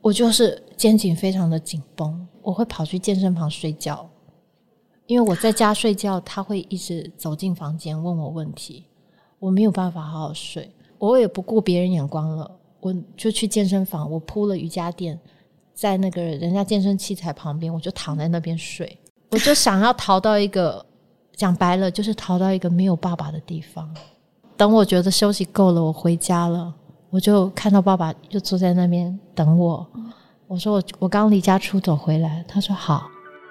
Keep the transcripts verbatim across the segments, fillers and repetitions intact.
我就是肩颈非常的紧绷，我会跑去健身房睡觉，因为我在家睡觉他会一直走进房间问我问题，我没有办法好好睡，我也不顾别人眼光了，我就去健身房，我铺了瑜伽垫在那个人家健身器材旁边，我就躺在那边睡，我就想要逃到一个讲白了就是逃到一个没有爸爸的地方。等我觉得休息够了，我回家了，我就看到爸爸就坐在那边等我，我说我我刚离家出走回来，他说好。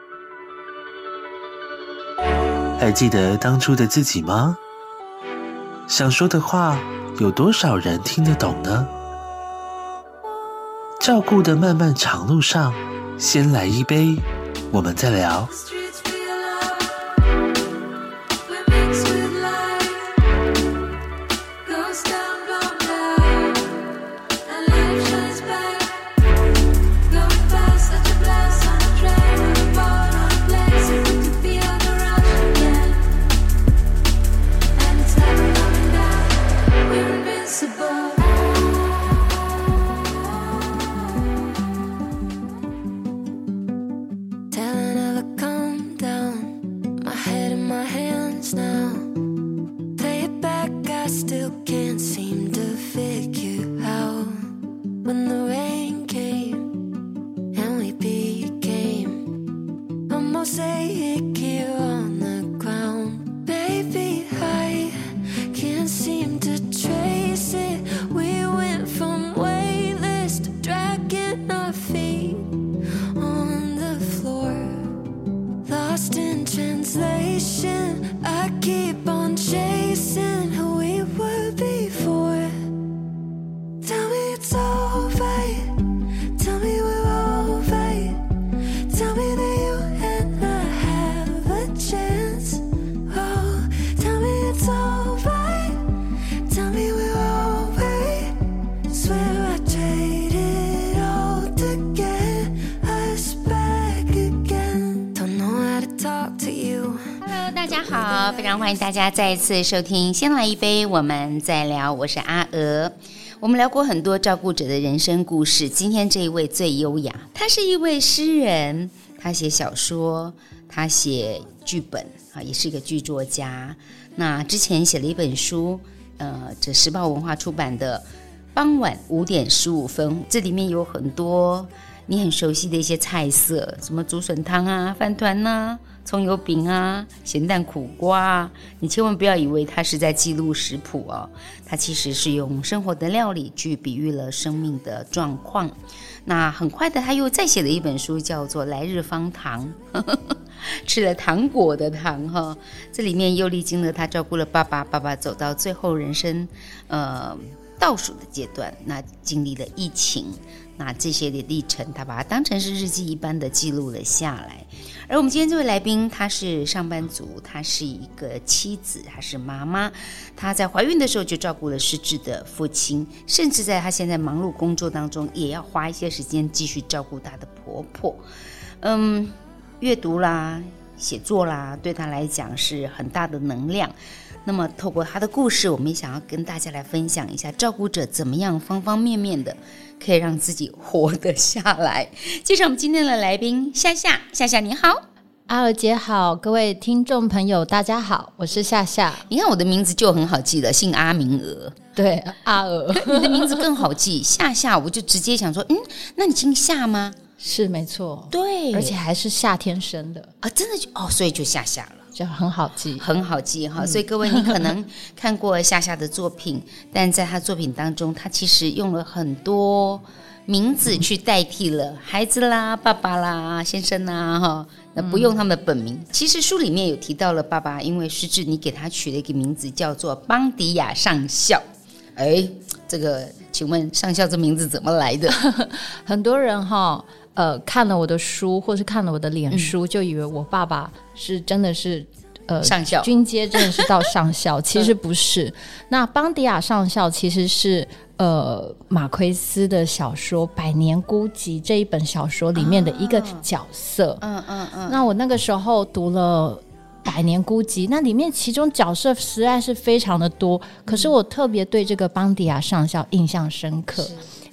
还记得当初的自己吗？想说的话有多少人听得懂呢？照顾的漫漫长路上，先来一杯，我们再聊。 非常欢迎大家再一次收听先来一杯我们再聊，我是阿娥。我们聊过很多照顾者的人生故事，今天这一位最优雅，他是一位诗人，他写小说，他写剧本，也是一个剧作家。那之前写了一本书，呃，这时报文化出版的傍晚五点十五分，这里面有很多你很熟悉的一些菜色，什么竹笋汤啊、饭团啊、葱油饼啊、咸蛋苦瓜啊，你千万不要以为它是在记录食谱哦，它其实是用生活的料理去比喻了生命的状况。那很快的他又再写了一本书，叫做《来日方糖》，吃了糖果的糖哈。这里面又历经了他照顾了爸爸，爸爸走到最后人生呃倒数的阶段，那经历了疫情，那这些的历程他把它当成是日记一般的记录了下来。而我们今天这位来宾，他是上班族，他是一个妻子，他是妈妈，他在怀孕的时候就照顾了失智的父亲，甚至在他现在忙碌工作当中也要花一些时间继续照顾他的婆婆。嗯，阅读啦写作啦对他来讲是很大的能量。那么透过他的故事，我们也想要跟大家来分享一下照顾者怎么样方方面面的可以让自己活得下来。介绍我们今天的来宾夏夏。夏夏你好。 阿娥姐好，各位听众朋友大家好，我是夏夏。 你看我的名字就很好记了，姓阿名娥。 对，阿娥。 你的名字更好记，夏夏，我就直接想说，嗯，那你姓夏吗？ 是没错， 对， 而且还是夏天生的啊，真的就哦，所以就夏夏了。 就很好记， 很好记哈、嗯。所以各位，你可能看过夏夏的作品，但在他作品当中，他其实用了很多名字去代替了孩子啦、爸爸啦、先生啦哈，那不用他们的本名、嗯。其实书里面有提到了爸爸因为失智，你给他取了一个名字叫做邦迪亚上校。哎，这个请问上校这名字怎么来的？ 很多人哈。呃，看了我的书或是看了我的脸书、嗯、就以为我爸爸是真的是呃上校， 军阶真的是到上校其实不是。那邦迪亚上校其实是呃马奎斯的小说《百年孤寂》这一本小说里面的一个角色。嗯嗯嗯。那我那个时候读了百年孤寂，那里面其中角色实在是非常的多，可是我特别对这个邦迪亚上校印象深刻，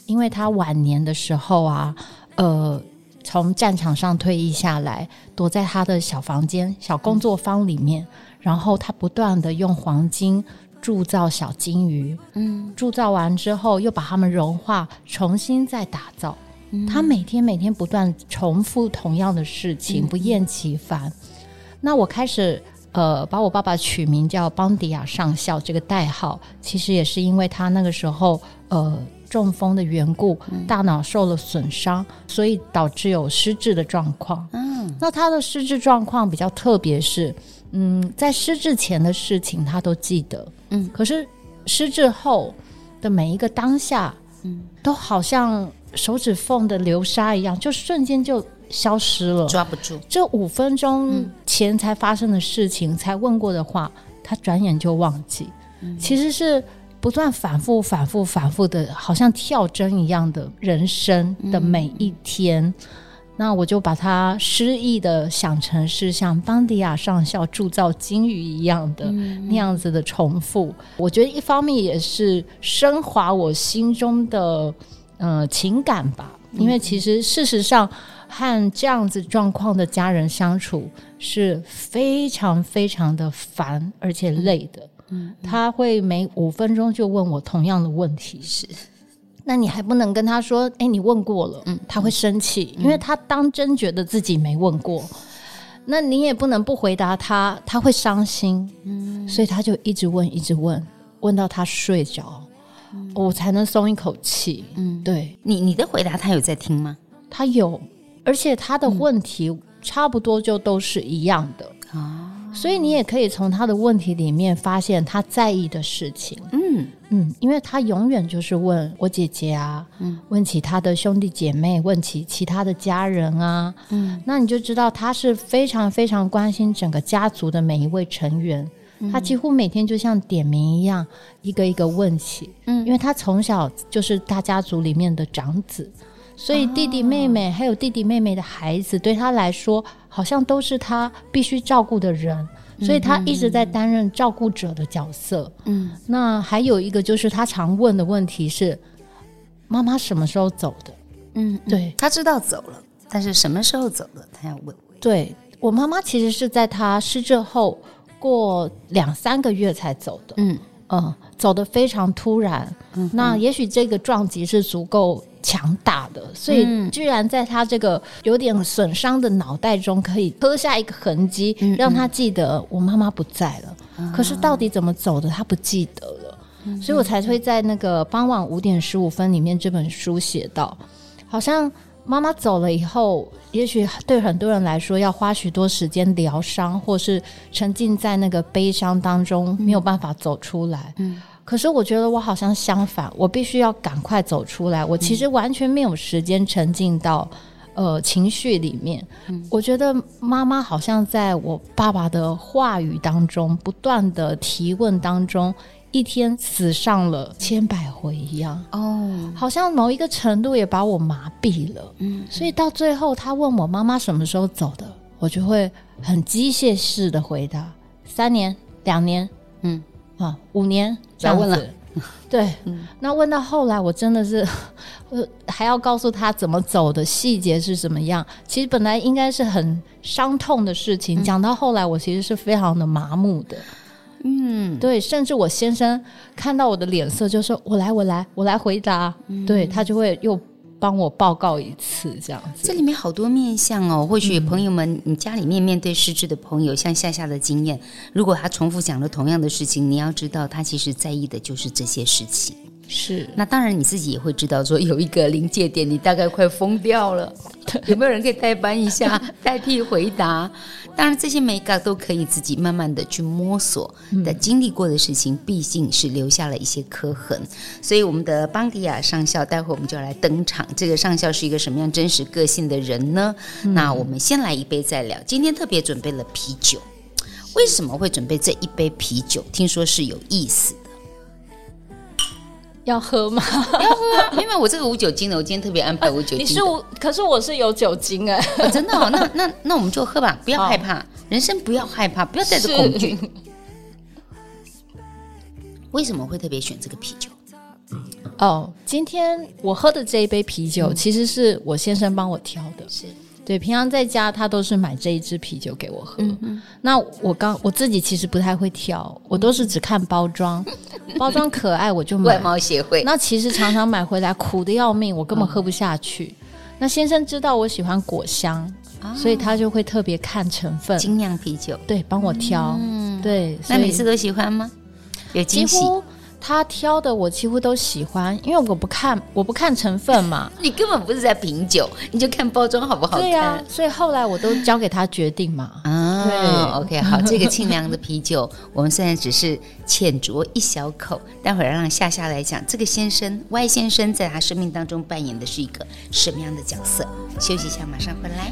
因为他晚年的时候啊，呃，从战场上退役下来，躲在他的小房间、小工作坊里面，嗯、然后他不断的用黄金铸造小金鱼，嗯，铸造完之后又把它们融化，重新再打造。嗯、他每天每天不断重复同样的事情，嗯、不厌其烦。那我开始呃把我爸爸取名叫邦迪亚上校这个代号，其实也是因为他那个时候呃。中风的缘故，大脑受了损伤，所以导致有失智的状况。嗯，那他的失智状况比较特别是，嗯，在失智前的事情他都记得，嗯，可是失智后的每一个当下，嗯，都好像手指缝的流沙一样，就瞬间就消失了， 抓不住。 这五分钟前才发生的事情，嗯、才问过的话，他转眼就忘记。嗯、其实是。不断反复反复反复的好像跳针一样的人生的每一天、嗯、那我就把它诗意的想成是像邦迪亚上校铸造金鱼一样的、嗯、那样子的重复。我觉得一方面也是升华我心中的、呃、情感吧，因为其实事实上和这样子状况的家人相处是非常非常的烦而且累的。嗯、他会每五分钟就问我同样的问题，是，那你还不能跟他说哎，你问过了、嗯、他会生气、嗯、因为他当真觉得自己没问过，那你也不能不回答他，他会伤心、嗯、所以他就一直问一直问，问到他睡着、嗯、我才能松一口气、嗯、对。 你你的回答他有在听吗？ 他有，而且他的问题差不多就都是一样的、嗯所以你也可以从他的问题里面发现他在意的事情。嗯嗯，因为他永远就是问我姐姐啊，嗯，问起他的兄弟姐妹，问起其他的家人啊，嗯，那你就知道他是非常非常关心整个家族的每一位成员。嗯、他几乎每天就像点名一样，一个一个问起。嗯，因为他从小就是大家族里面的长子。所以弟弟妹妹、哦、还有弟弟妹妹的孩子对他来说好像都是他必须照顾的人，所以他一直在担任照顾者的角色。嗯，那还有一个就是他常问的问题是妈妈什么时候走的。嗯，对， 他知道走了，但是什么时候走的他要问。 对，我妈妈其实是在他失智后过两三个月才走的。嗯嗯，走得非常突然、嗯、那也许这个撞击是足够强大的，所以居然在他这个有点损伤的脑袋中可以刻下一个痕迹、嗯、让他记得我妈妈不在了、嗯、可是到底怎么走的他不记得了、嗯、所以我才会在那个傍晚五点十五分里面这本书写到，好像妈妈走了以后，也许对很多人来说要花许多时间疗伤，或是沉浸在那个悲伤当中、嗯、没有办法走出来。嗯，可是我觉得我好像相反，我必须要赶快走出来，我其实完全没有时间沉浸到、呃、情绪里面、嗯、我觉得妈妈好像在我爸爸的话语当中不断的提问当中一天死上了千百回一样哦，好像某一个程度也把我麻痹了。嗯，所以到最后他问我妈妈什么时候走的，我就会很机械式的回答三年两年嗯啊五年这样子。问了对、嗯、那问到后来我真的是还要告诉他怎么走的细节是怎么样，其实本来应该是很伤痛的事情，讲、嗯、到后来我其实是非常的麻木的。嗯，对，甚至我先生看到我的脸色就说我来我来我来回答、嗯、对，他就会又帮我报告一次这样子。 这里面好多面向哦，或许朋友们、嗯、你家里面面对失智的朋友，像夏夏的经验，如果他重复讲了同样的事情，你要知道他其实在意的就是这些事情。 是， 那当然你自己也会知道说有一个临界点你大概快疯掉了，有没有人可以代班一下代替回答？当然这些美感都可以自己慢慢的去摸索、嗯、但经历过的事情毕竟是留下了一些刻痕，所以我们的邦迪亚上校待会我们就要来登场。这个上校是一个什么样真实个性的人呢、嗯、那我们先来一杯再聊。今天特别准备了啤酒，为什么会准备这一杯啤酒？听说是有意思的。 要喝吗？ 要喝啊，因为我这个无酒精的，我今天特别安排无酒精的。 你是无，可是我是有酒精哎、 欸哦，真的哦，那那那我们就喝吧，不要害怕，人生不要害怕，不要带着恐惧。为什么会特别选这个啤酒？ 哦，今天我喝的这一杯啤酒、嗯、其实是我先生帮我挑的， 是对，平常在家他都是买这一支啤酒给我喝。嗯嗯，那我刚我自己其实不太会挑，我都是只看包装，包装可爱我就买。 外貌协会。 那其实常常买回来苦的要命，我根本喝不下去。嗯、那先生知道我喜欢果香、哦，所以他就会特别看成分， 精酿啤酒， 对，帮我挑。嗯，对。 那每次都喜欢吗？有惊喜？ 几乎他挑的我几乎都喜欢，因为我不看我不看成分嘛。 你根本不是在品酒，你就看包装好不好看。 对啊，所以后来我都交给他决定嘛。 啊，对 ，OK， 好，这个清凉的啤酒，我们虽然只是浅酌一小口，待会儿让夏夏来讲，这个先生 Y 先生在他生命当中扮演的是一个什么样的角色？休息一下，马上回来。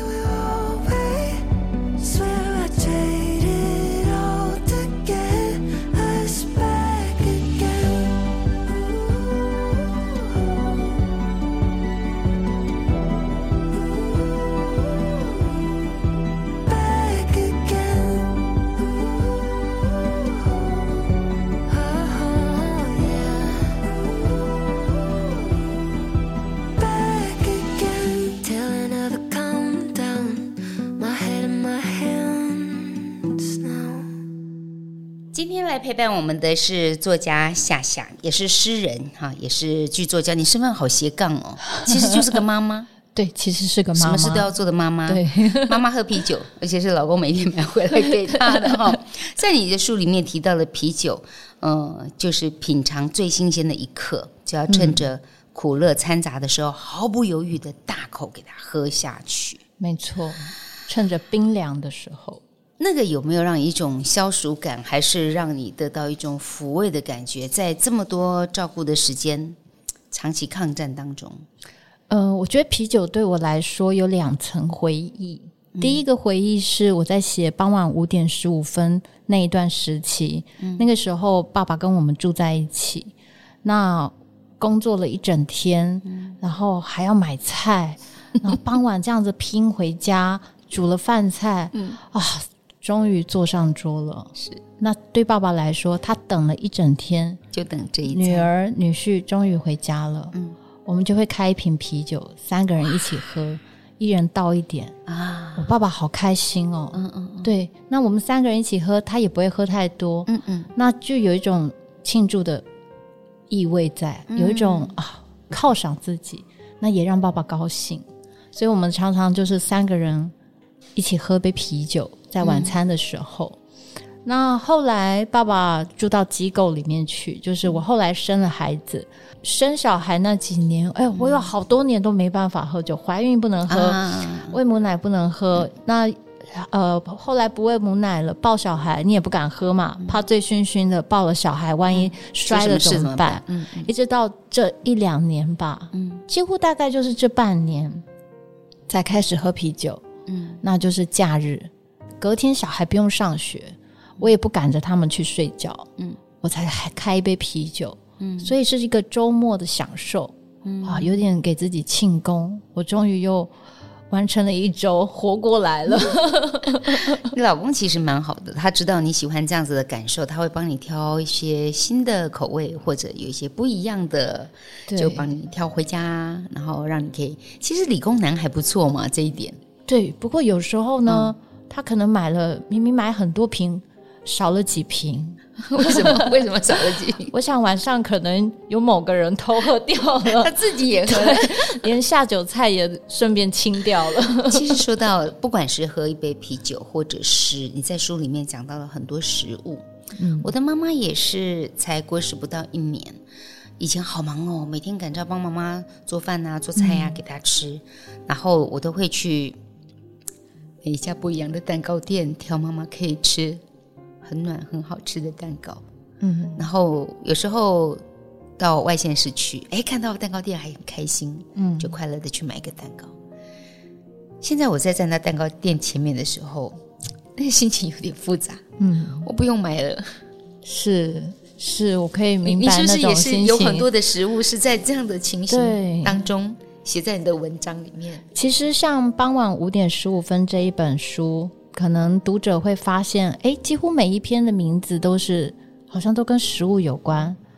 今天来陪伴我们的是作家夏夏，也是诗人哈，也是剧作家。你身份好斜杠哦，其实就是个妈妈。 对，其实是个妈妈， 什么事都要做的妈妈。 对， 妈妈喝啤酒，而且是老公每天买回来给她的哈。在你的书里面提到了啤酒，呃，就是品尝最新鲜的一刻，就要趁着苦乐掺杂的时候，嗯、毫不犹豫的大口给它喝下去。 没错，趁着冰凉的时候。 那个有没有让你一种消暑感，还是让你得到一种抚慰的感觉？在这么多照顾的时间，长期抗战当中， 呃，我觉得啤酒对我来说有两层回忆。嗯、第一个回忆是我在写傍晚五点十五分那一段时期、嗯，那个时候爸爸跟我们住在一起，那工作了一整天，嗯、然后还要买菜，然后傍晚这样子拼回家，煮了饭菜，嗯、啊。终于坐上桌了， 是。 那对爸爸来说，他等了一整天， 就等这一餐。 女儿女婿终于回家了，嗯，我们就会开一瓶啤酒，三个人一起喝，一人倒一点啊。我爸爸好开心哦，嗯嗯嗯，对。那我们三个人一起喝，他也不会喝太多，嗯嗯，那就有一种庆祝的意味在，有一种、嗯、啊犒赏自己，那也让爸爸高兴，所以我们常常就是三个人一起喝杯啤酒。在晚餐的时候、嗯、那后来爸爸住到机构里面去，就是我后来生了孩子，生小孩那几年，哎，我有好多年都没办法喝酒，怀孕不能喝、啊、喂母奶不能喝、嗯、那呃，后来不喂母奶了，抱小孩你也不敢喝嘛、嗯、怕醉醺醺的，抱了小孩万一摔了怎么办、嗯嗯、一直到这一两年吧、嗯、几乎大概就是这半年才开始喝啤酒，嗯，那就是假日隔天小孩不用上学，我也不赶着他们去睡觉，嗯，我才还开一杯啤酒，嗯，所以是一个周末的享受，嗯啊，有点给自己庆功，我终于又完成了一周，活过来了。 你老公其实蛮好的，他知道你喜欢这样子的感受，他会帮你挑一些新的口味，或者有一些不一样的，就帮你挑回家，然后让你可以。其实理工男还不错嘛，这一点。对， 不过有时候呢。嗯，他可能买了，明明买很多瓶，少了几瓶。 为什么？为什么少了几瓶？ 我想晚上可能有某个人偷喝掉了， 他自己也喝了， 连下酒菜也顺便清掉了。 其实说到，不管是喝一杯啤酒，或者是你在书里面讲到了很多食物，嗯，我的妈妈也是才过世不到一年，以前好忙哦，每天赶着帮妈妈做饭啊、做菜啊、嗯、给她吃，然后我都会去。一家不一样的蛋糕店挑妈妈可以吃很暖很好吃的蛋糕，嗯，然后有时候到外县市去，哎，看到蛋糕店还很开心，嗯，就快乐的去买一个蛋糕。现在我在站在蛋糕店前面的时候，那个心情有点复杂，嗯，我不用买了， 是是，我可以明白那种心情。你是不是也是有很多的食物是在这样的情形当中写在你的文章里面？ 其实像傍晚五点十五分这一本书，可能读者会发现，哎，几乎每一篇的名字都是好像都跟食物有关。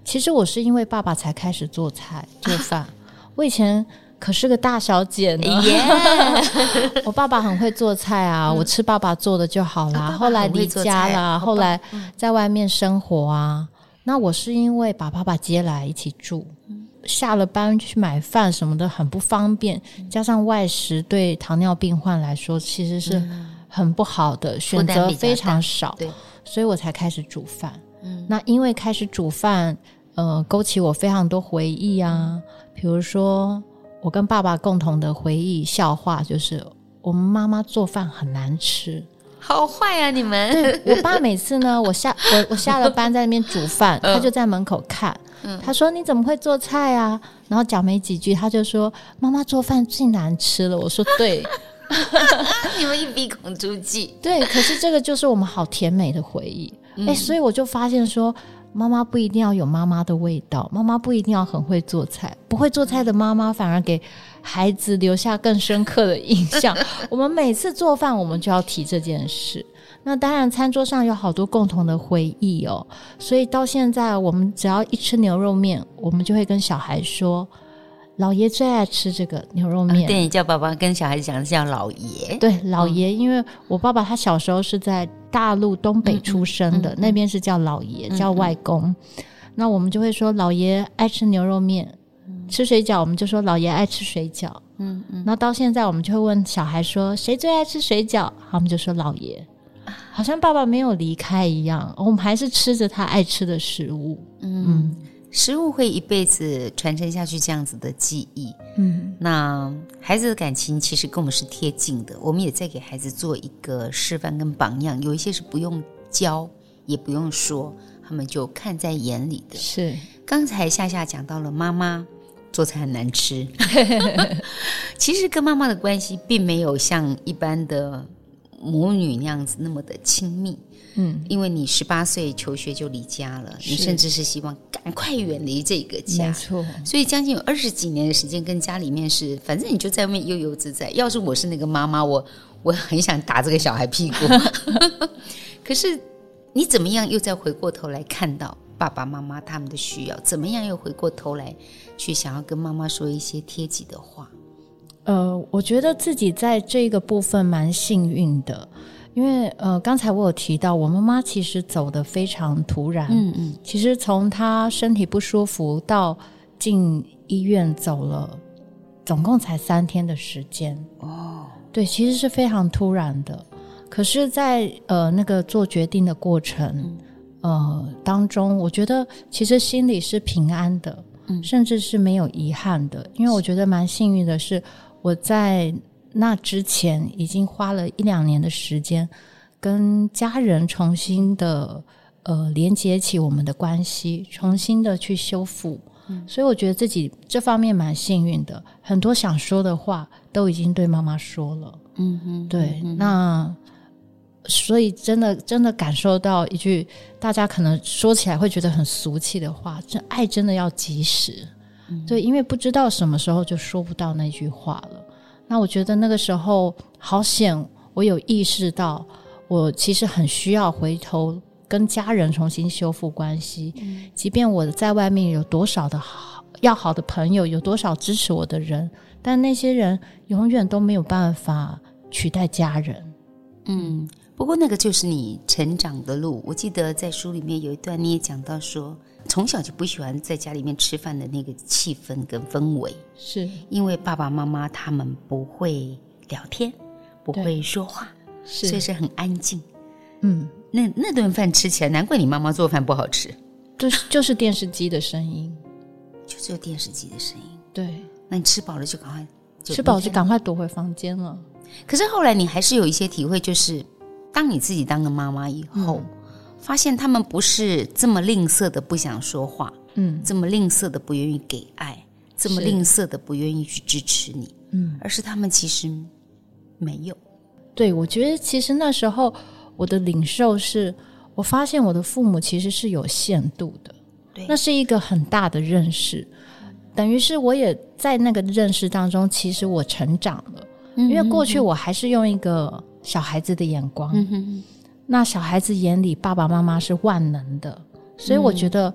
其实我是因为爸爸才开始做菜做饭，我以前可是个大小姐呢。yeah. 我爸爸很会做菜啊、嗯、我吃爸爸做的就好啦、啊、后来离家啦，后来在外面生活啊、嗯、那我是因为把爸爸接来一起住、嗯、下了班去买饭什么的很不方便、嗯、加上外食对糖尿病患来说其实是很不好的、嗯、选择非常少，对，所以我才开始煮饭、嗯、那因为开始煮饭呃，勾起我非常多回忆啊，比如说我跟爸爸共同的回忆笑话就是我们妈妈做饭很难吃。 好坏啊你们。 对，我爸每次呢我下我我下了班在那边煮饭、嗯、他就在门口看、嗯、他说你怎么会做菜啊，然后讲没几句他就说妈妈做饭最难吃了，我说对。 你们一鼻孔出气。 对，可是这个就是我们好甜美的回忆、嗯、所以我就发现说妈妈不一定要有妈妈的味道，妈妈不一定要很会做菜，不会做菜的妈妈反而给孩子留下更深刻的印象。我们每次做饭我们就要提这件事，那当然餐桌上有好多共同的回忆哦，所以到现在我们只要一吃牛肉面我们就会跟小孩说老爷最爱吃这个牛肉面、 啊、对，你叫爸爸跟小孩子讲的叫老爷。 对，老爷、嗯、因为我爸爸他小时候是在大陆东北出生的、嗯嗯、那边是叫老爷、嗯、叫外公、嗯、那我们就会说老爷爱吃牛肉面、嗯、吃水饺我们就说老爷爱吃水饺。嗯嗯，那到现在我们就会问小孩说谁最爱吃水饺，好，我们就说老爷，好像爸爸没有离开一样，我们还是吃着他爱吃的食物。嗯嗯， 食物会一辈子传承下去这样子的记忆。嗯，那孩子的感情其实跟我们是贴近的，我们也在给孩子做一个示范跟榜样，有一些是不用教也不用说，他们就看在眼里的。 是， 刚才夏夏讲到了妈妈做菜很难吃其实跟妈妈的关系并没有像一般的母女那样子那么的亲密。嗯，因为你十八岁求学就离家了，你甚至是希望赶快远离这个家， 没错， 所以将近有二十几年的时间跟家里面是，反正你就在外面悠游自在。要是我是那个妈妈，我我很想打这个小孩屁股可是你怎么样又再回过头来看到爸爸妈妈他们的需要，怎么样又回过头来去想要跟妈妈说一些贴己的话？ 呃，我觉得自己在这个部分蛮幸运的，因为呃，刚才我有提到我妈妈其实走得非常突然。嗯嗯，其实从她身体不舒服到进医院走了总共才三天的时间。哦，对，其实是非常突然的。可是在呃那个做决定的过程、嗯、呃当中，我觉得其实心里是平安的、嗯、甚至是没有遗憾的。因为我觉得蛮幸运的是我在那之前已经花了一两年的时间跟家人重新的呃连接起我们的关系，重新的去修复、嗯、所以我觉得自己这方面蛮幸运的，很多想说的话都已经对妈妈说了。嗯哼，对，嗯哼，那所以真的真的感受到一句大家可能说起来会觉得很俗气的话，这爱真的要及时、嗯、对，因为不知道什么时候就说不到那句话了。那我觉得那个时候好险我有意识到我其实很需要回头跟家人重新修复关系、嗯、即便我在外面有多少的好要好的朋友，有多少支持我的人，但那些人永远都没有办法取代家人。 嗯，不过那个就是你成长的路。我记得在书里面有一段你也讲到说从小就不喜欢在家里面吃饭的那个气氛跟氛围，是因为爸爸妈妈他们不会聊天，不会说话，所以是很安静。嗯，那那顿饭吃起来，难怪你妈妈做饭不好吃， 就是就是电视机的声音， 就只有电视机的声音。 对， 那你吃饱了就赶快吃饱就赶快躲回房间了。 可是后来你还是有一些体会，就是当你自己当个妈妈以后、嗯发现他们不是这么吝啬的不想说话，嗯，这么吝啬的不愿意给爱，这么吝啬的不愿意去支持你，嗯，而是他们其实没有。 对，我觉得其实那时候我的领受是我发现我的父母其实是有限度的，对，那是一个很大的认识，等于是我也在那个认识当中其实我成长了、嗯、因为过去我还是用一个小孩子的眼光、嗯哼哼，那小孩子眼里爸爸妈妈是万能的，所以我觉得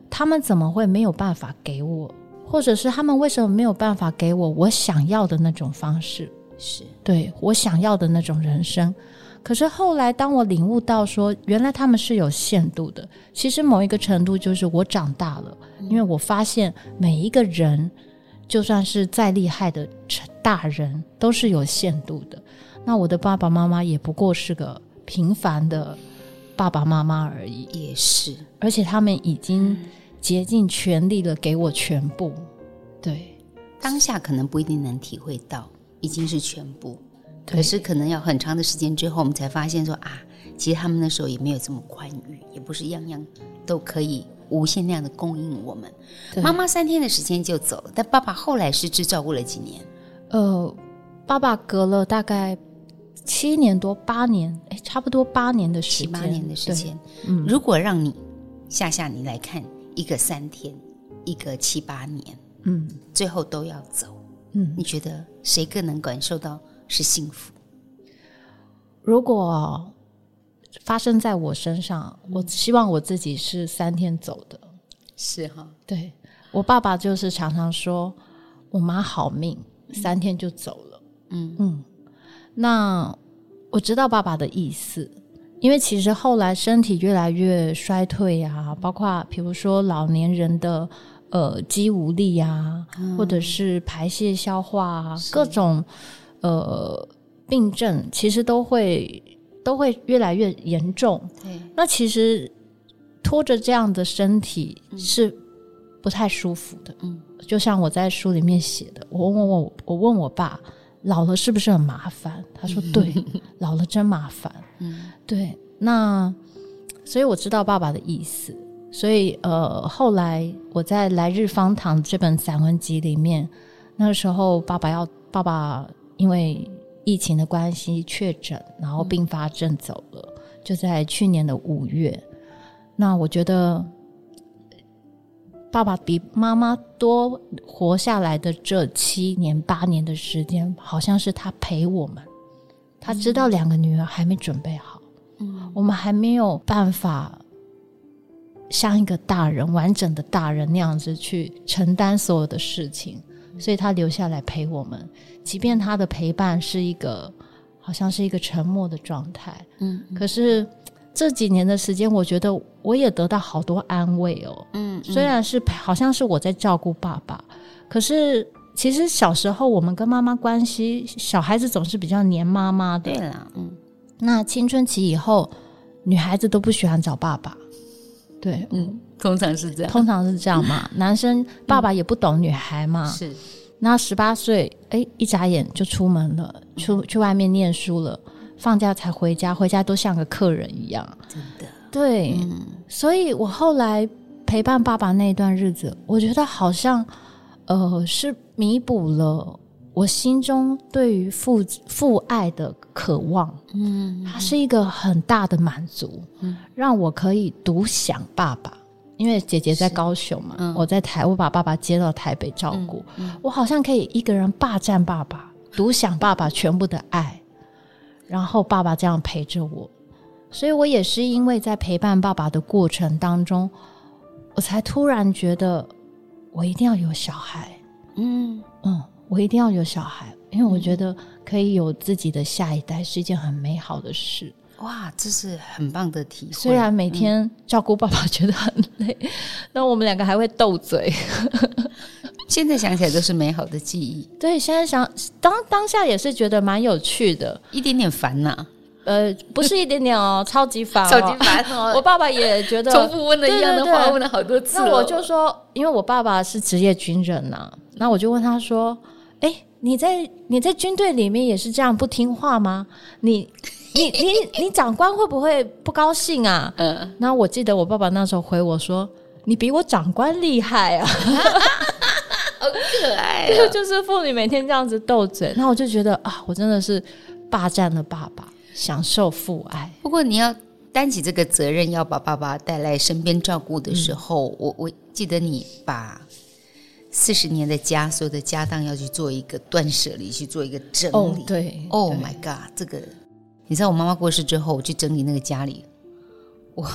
他们怎么会没有办法给我，或者是他们为什么没有办法给我我想要的那种方式， 是对我想要的那种人生。可是后来当我领悟到说原来他们是有限度的，其实某一个程度就是我长大了，因为我发现每一个人就算是再厉害的大人都是有限度的，那我的爸爸妈妈也不过是个平凡的爸爸妈妈而已， 也是， 而且他们已经竭尽全力了给我全部。对， 当下可能不一定能体会到已经是全部，可是可能要很长的时间之后我们才发现说啊，其实他们那时候也没有这么宽裕，也不是样样都可以无限量的供应我们。妈妈三天的时间就走了，但爸爸后来是只照顾了几年？ 呃，爸爸隔了大概七年多八年，哎，差不多八年的时间， 七八年的时间。 嗯， 如果让你夏夏你来看，一个三天，一个七八年， 嗯， 最后都要走， 嗯， 你觉得谁更能感受到是幸福？ 如果发生在我身上，我希望我自己是三天走的。 是哈， 对，我爸爸就是常常说我妈好命，三天就走了。 嗯嗯，那我知道爸爸的意思，因为其实后来身体越来越衰退啊，包括比如说老年人的呃肌无力啊、嗯、或者是排泄消化啊，各种呃病症其实都会都会越来越严重。 对， 那其实拖着这样的身体是不太舒服的。嗯，就像我在书里面写的，我问我我问我爸，老了是不是很麻烦？他说对，老了真麻烦。嗯，对，那所以我知道爸爸的意思。所以呃，后来我在《来日方长》这本散文集里面，那个时候爸爸要爸爸因为疫情的关系确诊，然后并发症走了，嗯、就在去年的五月。那我觉得爸爸比妈妈多活下来的这七年八年的时间，好像是他陪我们，他知道两个女儿还没准备好，嗯，我们还没有办法像一个大人完整的大人那样子去承担所有的事情，所以他留下来陪我们，即便他的陪伴是一个好像是一个沉默的状态，嗯，可是这几年的时间我觉得我也得到好多安慰哦。嗯，虽然是好像是我在照顾爸爸，可是其实小时候我们跟妈妈关系，小孩子总是比较黏妈妈的。 对啦，嗯， 那青春期以后女孩子都不喜欢找爸爸。对， 嗯，通常是这样， 通常是这样嘛。男生爸爸也不懂女孩嘛， 是。 那十八岁，哎，一眨眼就出门了，出去外面念书了。放假才回家，回家都像个客人一样， 真的。 对、嗯、所以我后来陪伴爸爸那段日子，我觉得好像呃是弥补了我心中对于父父爱的渴望。嗯，它是一个很大的满足、嗯、让我可以独享爸爸。因为姐姐在高雄嘛、嗯、我在台我把爸爸接到台北照顾、嗯嗯、我好像可以一个人霸占爸爸，独享爸爸全部的爱，然后爸爸这样陪着我。所以我也是因为在陪伴爸爸的过程当中，我才突然觉得我一定要有小孩。嗯嗯，我一定要有小孩，因为我觉得可以有自己的下一代是一件很美好的事。 哇，这是很棒的体会。 虽然每天照顾爸爸觉得很累、嗯、那我们两个还会斗嘴现在想起来都是美好的记忆。 对，现在想当当下也是觉得蛮有趣的， 一点点烦呐、啊。 呃，不是一点点哦，超级烦、哦， 超级烦哦。 我爸爸也觉得重复问了一样的话，对对对，问了好多次了。 那我就说，因为我爸爸是职业军人呐、啊，那我就问他说：“哎，你在你在军队里面也是这样不听话吗？你你你你长官会不会不高兴啊？”嗯，然后我记得我爸爸那时候回我说：“你比我长官厉害啊。” 好可爱、啊、 就是父女每天这样子斗嘴，那我就觉得啊，我真的是霸占了爸爸，享受父爱。 不过你要担起这个责任，要把爸爸带来身边照顾的时候、嗯、我我记得你把四十年的家所有的家当要去做一个断舍离，去做一个整理。 哦，对 ，Oh my God， 这个你知道我妈妈过世之后，我去整理那个家里，我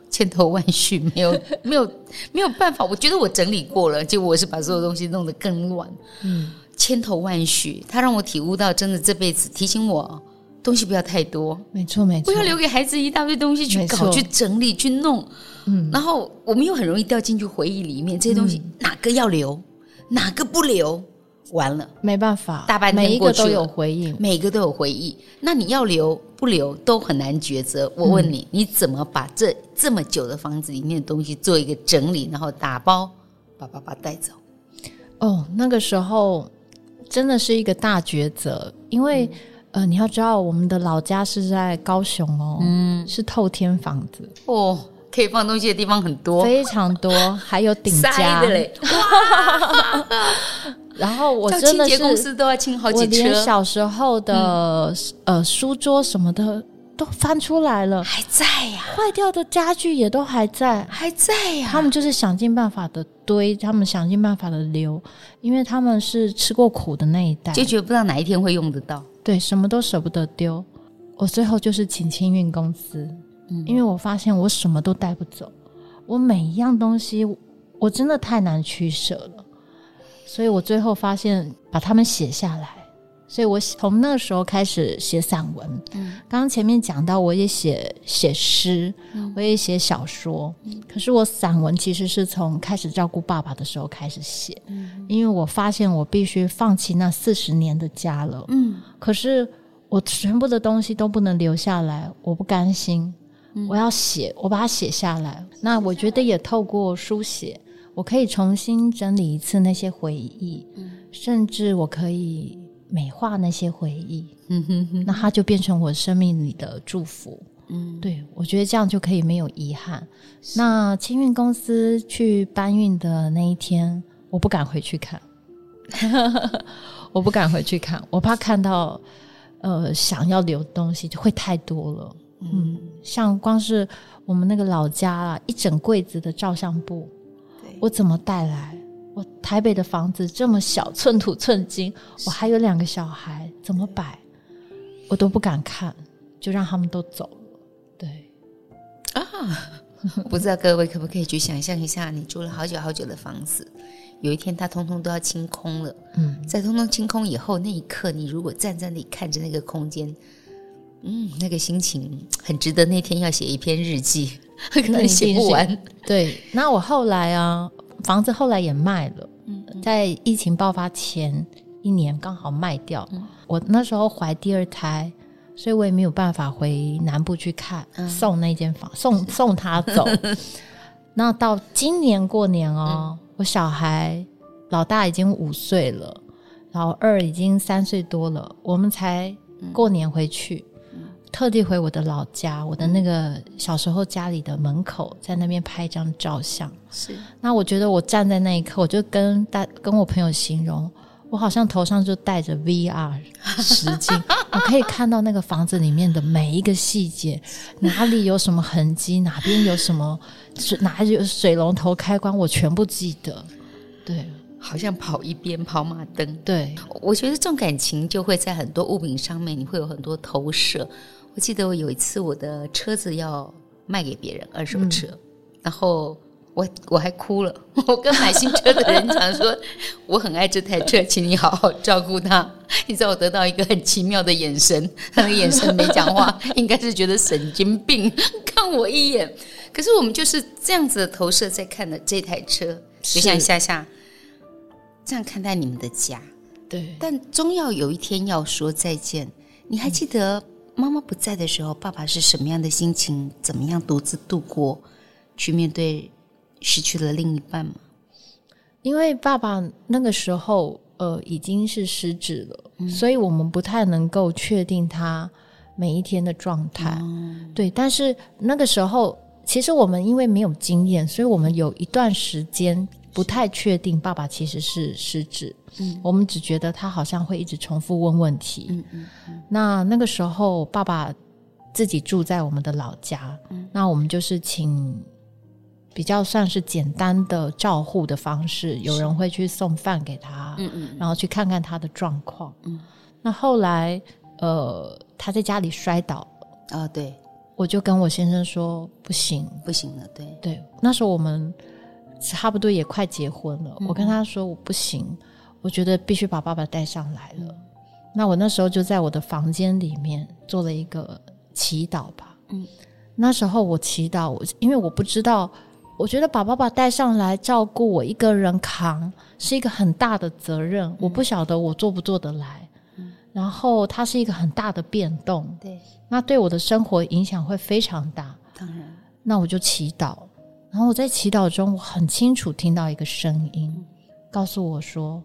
千头万绪，没有没有没有办法。我觉得我整理过了，结果我是把所有东西弄得更乱。嗯，千头万绪，他让我体悟到，真的这辈子提醒我东西不要太多， 没错没错， 不要留给孩子一大堆东西去搞、去整理、去弄。嗯，然后我们又很容易掉进去回忆里面，这些东西、嗯、哪个要留，哪个不留，完了没办法， 大半天过去了， 每一个都有回应， 每个都有回忆。那你要留不留都很难抉择。我问你，嗯、你怎么把这这么久的房子里面的东西做一个整理，然后打包把爸爸带走？ 哦，那个时候真的是一个大抉择，因为、嗯呃，你要知道我们的老家是在高雄哦，嗯，是透天房子哦，可以放东西的地方很多， 非常多，还有顶家的嘞， 然后我真的是清洁公司都要清好几车， 我连小时候的、嗯、呃书桌什么的都翻出来了， 还在呀、啊， 坏掉的家具也都还在， 还在呀、啊。 他们就是想尽办法的堆，他们想尽办法的留，因为他们是吃过苦的那一代， 就觉得不知道哪一天会用得到。 对，什么都舍不得丢。我最后就是请清运公司、嗯、因为我发现我什么都带不走，我每一样东西我真的太难取舍了，所以我最后发现把它们写下来，所以我从那个时候开始写散文。嗯，刚刚前面讲到我也写写诗、嗯、我也写小说、嗯、可是我散文其实是从开始照顾爸爸的时候开始写、嗯、因为我发现我必须放弃那四十年的家了。嗯，可是我全部的东西都不能留下来，我不甘心、嗯、我要写，我把它写下来。那我觉得也透过书写我可以重新整理一次那些回忆、嗯、甚至我可以美化那些回忆、嗯、哼哼，那它就变成我生命里的祝福。嗯，对，我觉得这样就可以没有遗憾。那清运公司去搬运的那一天，我不敢回去看我不敢回去看，我怕看到呃想要留的东西就会太多了。嗯，像光是我们那个老家啊，一整柜子的照相簿，我怎么带来？我台北的房子这么小，寸土寸金，我还有两个小孩，怎么摆？我都不敢看，就让他们都走了。对啊，我不知道各位可不可以去想象一下，你住了好久好久的房子，有一天它通通都要清空了。嗯，在通通清空以后，那一刻你如果站在那里看着那个空间，嗯，那个心情很值得那天要写一篇日记，可能写不完。 对，那我后来啊，房子后来也卖了，嗯嗯，在疫情爆发前一年刚好卖掉。嗯，我那时候怀第二胎，所以我也没有办法回南部去看、嗯、送那间房，送送他走那到今年过年哦、嗯、我小孩老大已经五岁了，老二已经三岁多了，我们才过年回去、嗯、特地回我的老家，我的那个小时候家里的门口，在那边拍一张照相。是，那我觉得我站在那一刻，我就跟大跟我朋友形容，我好像头上就戴着 V R 实境我可以看到那个房子里面的每一个细节，哪里有什么痕迹，哪边有什么，哪里有水龙头开关，我全部记得。对， 好像跑一边跑马灯。 对， 我觉得这种感情就会在很多物品上面，你会有很多投射。我记得我有一次我的车子要卖给别人，二手车、嗯、然后我我还哭了，我跟买新车的人讲说我很爱这台车，请你好好照顾它。你知道我得到一个很奇妙的眼神，他那个眼神没讲话应该是觉得神经病看我一眼，可是我们就是这样子的投射在看的这台车，就像夏夏这样看待你们的家。 对， 但终要有一天要说再见。你还记得妈妈不在的时候，爸爸是什么样的心情，怎么样独自度过去面对失去了另一半吗？ 因为爸爸那个时候呃已经是失智了、嗯、所以我们不太能够确定他每一天的状态、嗯、对，但是那个时候其实我们因为没有经验，所以我们有一段时间不太确定爸爸其实是失智、嗯、我们只觉得他好像会一直重复问问题、嗯嗯嗯、那那个时候爸爸自己住在我们的老家、嗯、那我们就是请比较算是简单的照护的方式，有人会去送饭给他，嗯嗯，然后去看看他的状况。嗯，那后来呃他在家里摔倒了。 哦，对， 我就跟我先生说不行不行了，对对，那时候我们差不多也快结婚了、嗯、我跟他说我不行，我觉得必须把爸爸带上来了、嗯、那我那时候就在我的房间里面做了一个祈祷吧。嗯，那时候我祈祷，我因为我不知道，我觉得把爸爸带上来照顾我一个人扛是一个很大的责任、嗯、我不晓得我做不做得来、嗯、然后它是一个很大的变动，对，那对我的生活影响会非常大，当然，那我就祈祷，然后我在祈祷中我很清楚听到一个声音、嗯、告诉我说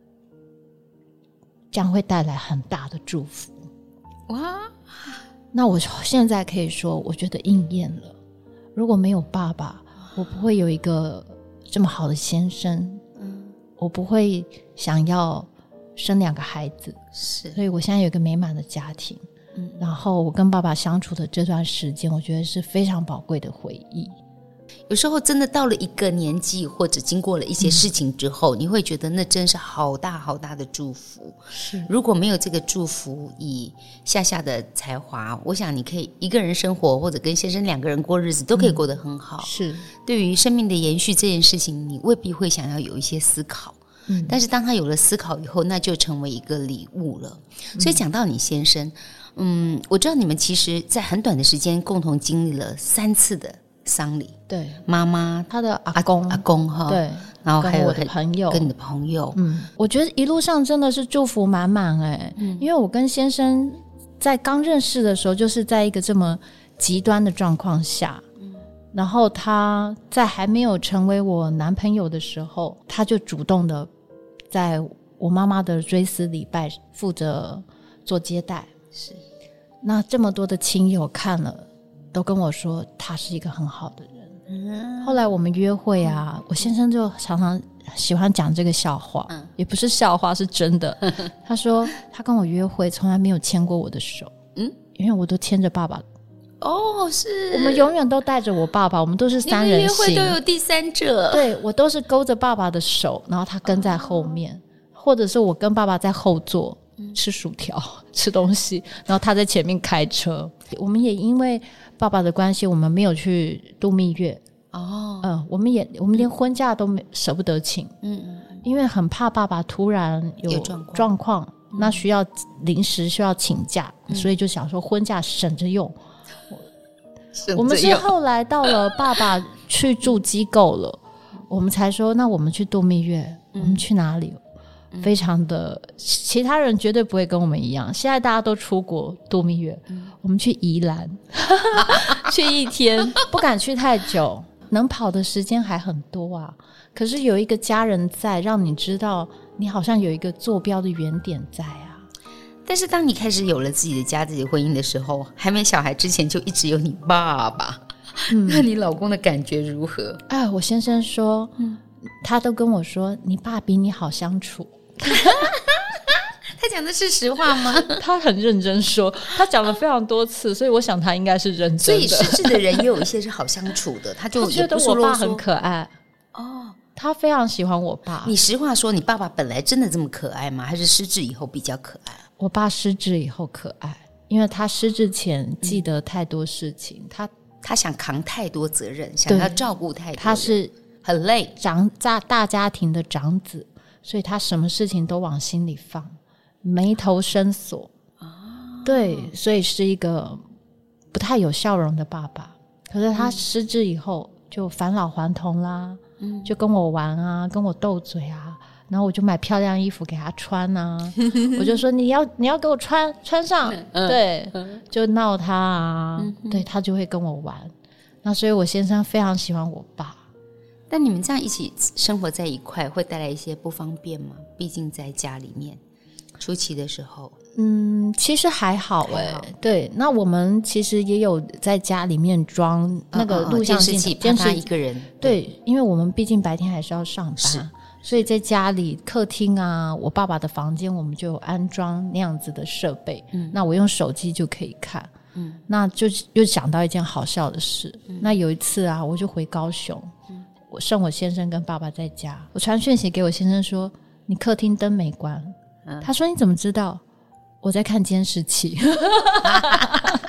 将会带来很大的祝福。哇，那我现在可以说我觉得应验了，如果没有爸爸我不会有一个这么好的先生、嗯、我不会想要生两个孩子，是，所以我现在有一个美满的家庭、嗯、然后我跟爸爸相处的这段时间我觉得是非常宝贵的回忆。 有时候真的到了一个年纪或者经过了一些事情之后、嗯、你会觉得那真是好大好大的祝福，是，如果没有这个祝福，以夏夏的才华，我想你可以一个人生活或者跟先生两个人过日子都可以过得很好、嗯、是，对于生命的延续这件事情你未必会想要有一些思考、嗯、但是当他有了思考以后那就成为一个礼物了、嗯、所以讲到你先生，嗯，我知道你们其实在很短的时间共同经历了三次的丧礼，对，妈妈他的阿公阿公哈，对，然后还有我的朋友跟你的朋友， 嗯，我觉得一路上真的是祝福满满哎、嗯，因为我跟先生在刚认识的时候就是在一个这么极端的状况下、嗯、然后他在还没有成为我男朋友的时候他就主动的在我妈妈的追思礼拜负责做接待，是，那这么多的亲友看了都跟我说他是一个很好的人、嗯、后来我们约会啊、嗯、我先生就常常喜欢讲这个笑话、嗯、也不是笑话是真的他说他跟我约会从来没有牵过我的手，嗯，因为我都牵着爸爸， 哦，是， 我们永远都带着我爸爸，我们都是三人行， 约会都有第三者， 对，我都是勾着爸爸的手，然后他跟在后面、哦、或者是我跟爸爸在后座、嗯、吃薯条吃东西，然后他在前面开车。我们也因为爸爸的关系我们没有去度蜜月哦，嗯，我们也我们连婚假都没舍不得请，嗯，因为很怕爸爸突然有状况、嗯、那需要临时需要请假、嗯、所以就想说婚假省着用。我们是后来到了爸爸去住机构了我们才说那我们去度蜜月、嗯、我们去哪里，非常的其他人绝对不会跟我们一样，现在大家都出国度蜜月、嗯、我们去宜兰去一天，不敢去太久，能跑的时间还很多啊，可是有一个家人在，让你知道你好像有一个坐标的原点在啊。 但是当你开始有了自己的家自己的婚姻的时候，还没小孩之前就一直有你爸爸、嗯、那你老公的感觉如何？ 啊，我先生说、嗯、他都跟我说你爸比你好相处他讲的是实话吗？ 他很认真说，他讲了非常多次，所以我想他应该是认真的。 所以失智的人也有一些是好相处的，他就觉得我爸很可爱哦，他非常喜欢我爸。 你实话说，你爸爸本来真的这么可爱吗？还是失智以后比较可爱？ 我爸失智以后可爱，因为他失智前记得太多事情、嗯、他他想扛太多责任，想要照顾太多人， 他是很累， 长大家庭的长子，所以他什么事情都往心里放，眉头深锁、哦、对，所以是一个不太有笑容的爸爸。可是他失智以后就返老还童啦、嗯、就跟我玩啊，跟我斗嘴啊，然后我就买漂亮衣服给他穿啊我就说你要你要给我穿穿上、嗯、对、嗯、就闹他啊、嗯、对，他就会跟我玩。那所以我先生非常喜欢我爸。 但你们这样一起生活在一块会带来一些不方便吗？毕竟在家里面初期的时候。 嗯，其实还好哎、欸，对，那我们其实也有在家里面装那个录像监视器，怕他一个人。 对，对，因为我们毕竟白天还是要上班，所以在家里客厅啊，我爸爸的房间我们就有安装那样子的设备、嗯、那我用手机就可以看。嗯，那就又想到一件好笑的事、嗯、那有一次啊，我就回高雄、嗯、我剩我先生跟爸爸在家，我传讯息给我先生说你客厅灯没关、嗯、他说你怎么知道？我在看监视器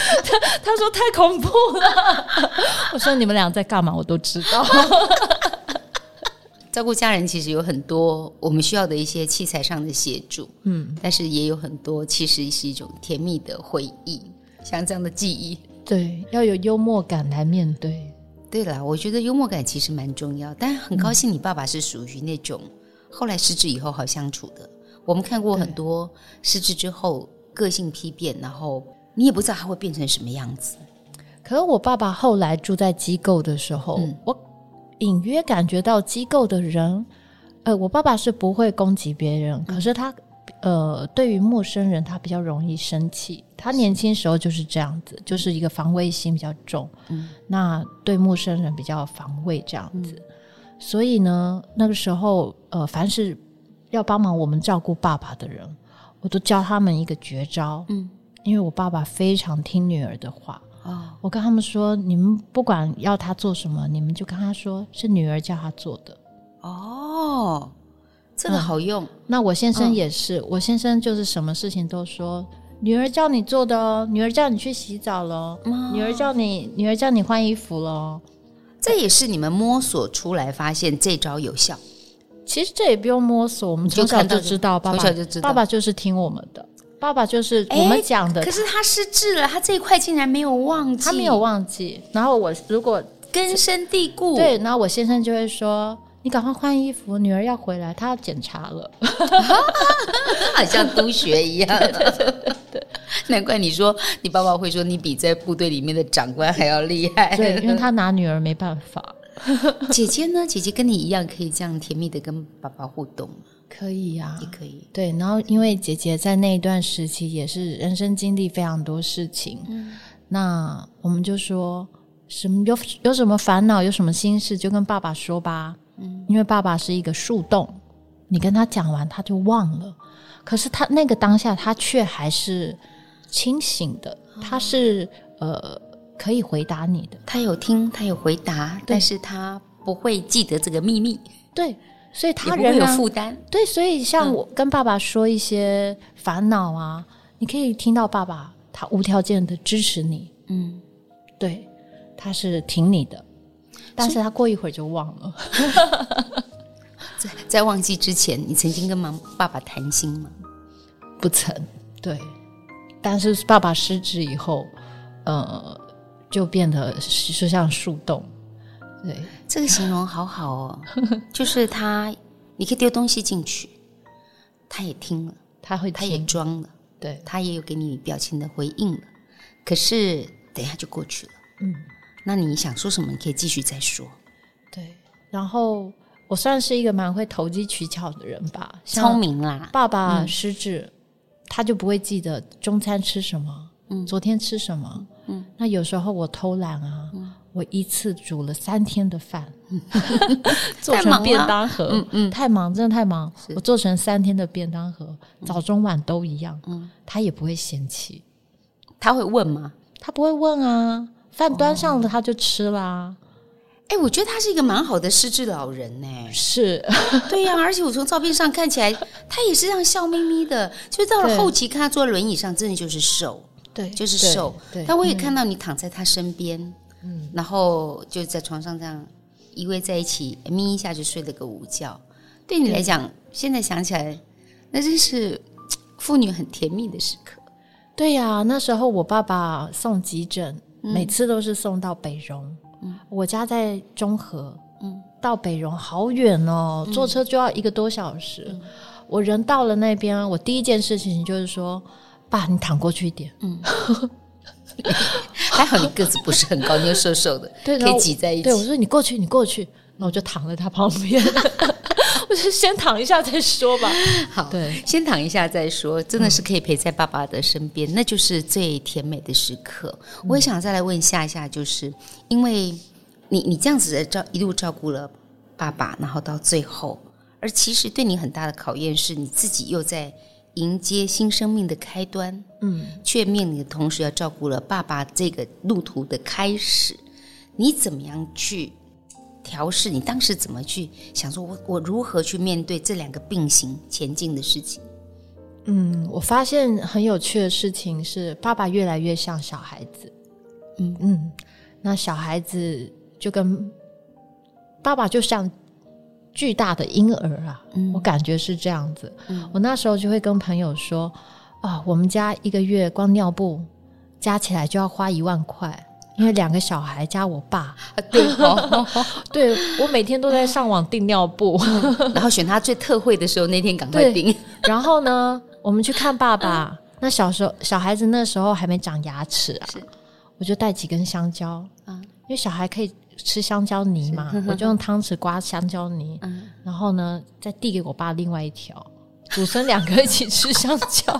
他, 他说太恐怖了。我说你们俩在干嘛我都知道。 照顾家人其实有很多我们需要的一些器材上的协助，嗯，但是也有很多其实是一种甜蜜的回忆，像这样的记忆。 对，要有幽默感来面对。 对啦，我觉得幽默感其实蛮重要，但很高兴你爸爸是属于那种后来失智以后好相处的。我们看过很多失智之后个性批变，然后你也不知道他会变成什么样子。 可是我爸爸后来住在机构的时候，嗯，我隐约感觉到机构的人，呃，我爸爸是不会攻击别人，嗯，可是他呃，对于陌生人他比较容易生气。他年轻时候就是这样子，就是一个防卫心比较重，嗯，那对陌生人比较防卫这样子，嗯，所以呢，那个时候呃，凡是要帮忙我们照顾爸爸的人，我都教他们一个绝招，嗯，因为我爸爸非常听女儿的话。哦，我跟他们说，你们不管要他做什么，你们就跟他说是女儿叫他做的。 哦，这个好用，嗯， 那我先生也是，嗯，我先生就是什么事情都说女儿叫你做的哦，女儿叫你去洗澡了，哦，女儿叫你女儿叫你换衣服了。 这也是你们摸索出来发现这招有效。 其实这也不用摸索，我们从小就知道，爸爸从小就知道， 爸爸就是听我们的，爸爸就是我们讲的。 可是他失智了，他这一块竟然没有忘记， 他没有忘记。然后我如果根深蒂固， 对，然后我先生就会说你赶快换衣服，女儿要回来，她要检查了。 好像督学一样。 对对对对对， 难怪你说你爸爸会说你比在部队里面的长官还要厉害。 对，因为他拿女儿没办法。 姐姐呢？姐姐跟你一样可以这样甜蜜的跟爸爸互动吗？ 可以啊， 也可以。 对，然后因为姐姐在那一段时期也是人生经历非常多事情，嗯，那我们就说什么有有什么烦恼有什么心事就跟爸爸说吧，嗯，因为爸爸是一个树洞，你跟他讲完他就忘了，可是他那个当下他却还是清醒的，他是呃可以回答你的， 他有听他有回答，但是他不会记得这个秘密。 对，所以他仍然也不会有负担。 对，所以像我跟爸爸说一些烦恼啊，嗯，你可以听到爸爸他无条件的支持你，嗯，对，他是挺你的，但是他过一会儿就忘了。 在, 在忘记之前，你曾经跟妈爸爸谈心吗？ 不曾，对，但是爸爸失智以后，呃，就变得就像树洞。对， 这个形容好好哦。就是他，你可以丢东西进去，他也听了， 他会听， 他也装了， 对， 他也有给你表情的回应了。可是等一下就过去了，嗯，那你想说什么，你可以继续再说。 对，然后我算是一个蛮会投机取巧的人吧， 聪明啦。 爸爸失智，嗯，他就不会记得中餐吃什么，嗯，昨天吃什么，嗯，那有时候我偷懒啊，嗯，我一次煮了三天的饭，嗯，做成便当盒，嗯嗯，太忙，真的太忙，我做成三天的便当盒，嗯，早中晚都一样，嗯，他也不会嫌弃。 他会问吗？ 他不会问啊，饭端上了他就吃啦。 哎，我觉得他是一个蛮好的失智老人呢。 是， 对呀，啊，而且我从照片上看起来，他也是这样笑眯眯的。就是到了后期看他坐在轮椅上，真的就是瘦， 对， 就是瘦。但我也看到你躺在他身边，嗯，然后就在床上这样依偎在一起，眯一下就睡了个午觉。对你来讲，现在想起来，那真是父女很甜蜜的时刻。 对呀，啊，那时候我爸爸送急诊，嗯，每次都是送到北荣。嗯，我家在中和，嗯，到北荣好远哦，嗯，坐车就要一个多小时，嗯，我人到了那边，我第一件事情就是说，爸你躺过去一点，嗯， 还好你个子不是很高，你又瘦瘦的， 对， 可以挤在一起。 对，我说你过去你过去，那我就躺在他旁边。我就先躺一下再说吧。 好，对，先躺一下再说，真的是可以陪在爸爸的身边，嗯，那就是最甜美的时刻。嗯，我也想再来问下一下，就是因为你你这样子的照一路照顾了爸爸，然后到最后，而其实对你很大的考验是你自己又在迎接新生命的开端，嗯，却面临的同时要照顾了爸爸这个路途的开始，你怎么样去调试？你当时怎么去想说我我如何去面对这两个并行前进的事情？ 嗯，我发现很有趣的事情是，爸爸越来越像小孩子。嗯嗯，那小孩子就跟爸爸就像巨大的婴儿啊，嗯、我感觉是这样子。嗯、我那时候就会跟朋友说啊，我们家一个月光尿布加起来就要花一万块。因为两个小孩加我爸， 啊、对、哦， 对我每天都在上网订尿布， 然后选他最特惠的时候，那天赶快订。 然后呢，我们去看爸爸，那小时候小孩子那时候还没长牙齿啊，我就带几根香蕉，嗯、因为小孩可以吃香蕉泥嘛，我就用汤匙刮香蕉泥，嗯、然后呢再递给我爸另外一条，祖孙两个一起吃香蕉。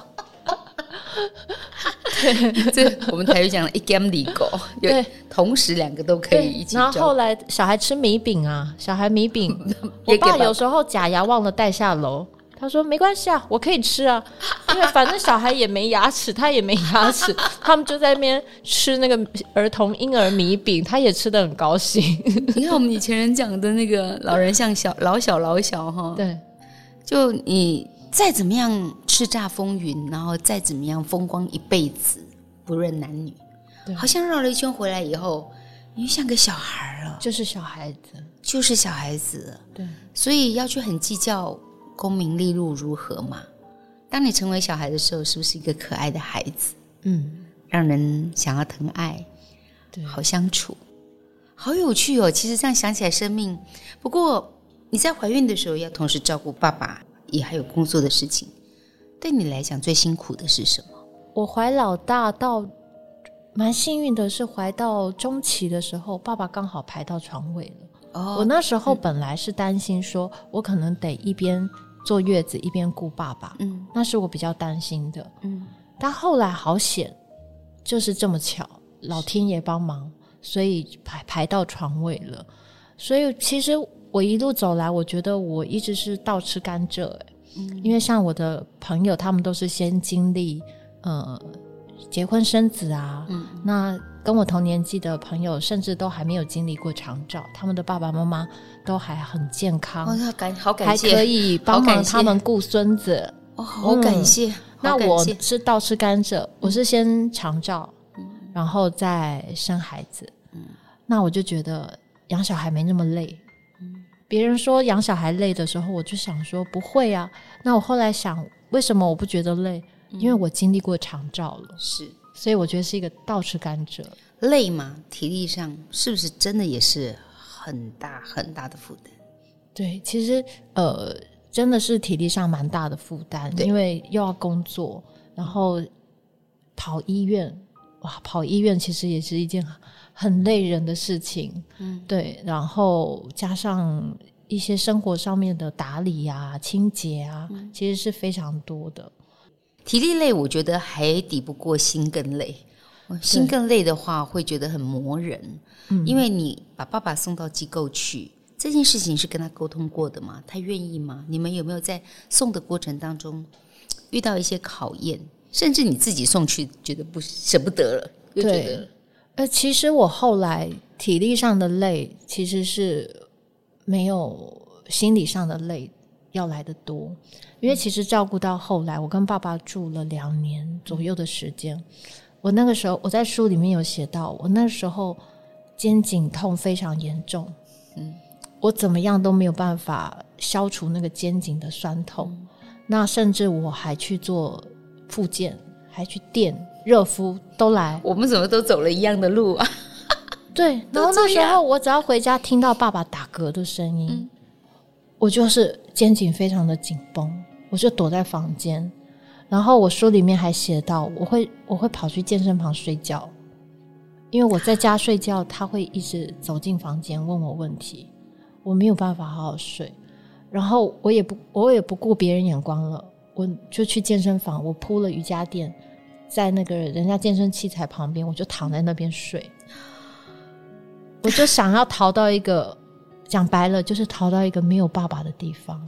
对，这我们台语讲了一 game 里狗，对，同时两个都可以一起。 然后后来小孩吃米饼啊，小孩米饼，我爸有时候假牙忘了带下楼，他说没关系啊，我可以吃啊，因为反正小孩也没牙齿，他也没牙齿，他们就在那边吃那个儿童婴儿米饼，他也吃得很高兴。 你看我们以前人讲的那个老人像小老小老小哈， 对， 就你。再怎么样叱咤风云，然后再怎么样风光一辈子，不论男女，好像绕了一圈回来以后，你就像个小孩了， 就是小孩子， 就是小孩子。 对， 所以要去很计较功名利禄如何嘛。当你成为小孩的时候，是不是一个可爱的孩子？嗯，让人想要疼爱，对，好相处，好有趣哦。其实这样想起来，生命。不过你在怀孕的时候，要同时照顾爸爸。也还有工作的事情，对你来讲最辛苦的是什么？ 我怀老大到蛮幸运的是，怀到中期的时候，爸爸刚好排到床位了。哦，我那时候本来是担心说，我可能得一边坐月子一边顾爸爸，嗯，那是我比较担心的，嗯。但后来好险，就是这么巧，老天爷帮忙，所以排排到床位了。所以其实。我一路走来，我觉得我一直是倒吃甘蔗、欸嗯、因为像我的朋友，他们都是先经历呃结婚生子啊、嗯，那跟我同年纪的朋友，甚至都还没有经历过长照，他们的爸爸妈妈都还很健康， 哦、感好感谢， 还可以帮忙他们顾孙子， 哦，好感谢。嗯、 那我是倒吃甘蔗、嗯，我是先长照，嗯、然后再生孩子，嗯，那我就觉得养小孩没那么累。别人说养小孩累的时候，我就想说不会啊。那我后来想，为什么我不觉得累？嗯、因为我经历过长照了， 是， 所以我觉得是一个倒吃甘蔗。 累嘛，体力上是不是真的也是很大很大的负担？ 对，其实呃，真的是体力上蛮大的负担，因为又要工作，然后跑医院，哇，跑医院其实也是一件很累人的事情，嗯，对，然后加上一些生活上面的打理啊、清洁啊、嗯，其实是非常多的。 体力累，我觉得还抵不过心更累。心更累的话，会觉得很磨人，嗯，因为你把爸爸送到机构去，这件事情是跟他沟通过的吗？他愿意吗？你们有没有在送的过程当中遇到一些考验，甚至你自己送去觉得不舍不得了，又觉得。 呃，其实我后来体力上的累其实是没有心理上的累要来得多，因为其实照顾到后来，我跟爸爸住了两年左右的时间，我那个时候我在书里面有写到，我那时候肩颈痛非常严重，嗯，我怎么样都没有办法消除那个肩颈的酸痛，嗯，那甚至我还去做复健，还去电热敷都来， 我们怎么都走了一样的路啊？ 对，然后那时候我只要回家听到爸爸打嗝的声音，嗯，我就是肩颈非常的紧绷，我就躲在房间。然后我书里面还写到，我会我会跑去健身房睡觉，因为我在家睡觉，他会一直走进房间问我问题，我没有办法好好睡。然后我也不我也不顾别人眼光了，我就去健身房，我铺了瑜伽垫。在那个人家健身器材旁边，我就躺在那边睡，我就想要逃到一个，讲白了就是逃到一个没有爸爸的地方。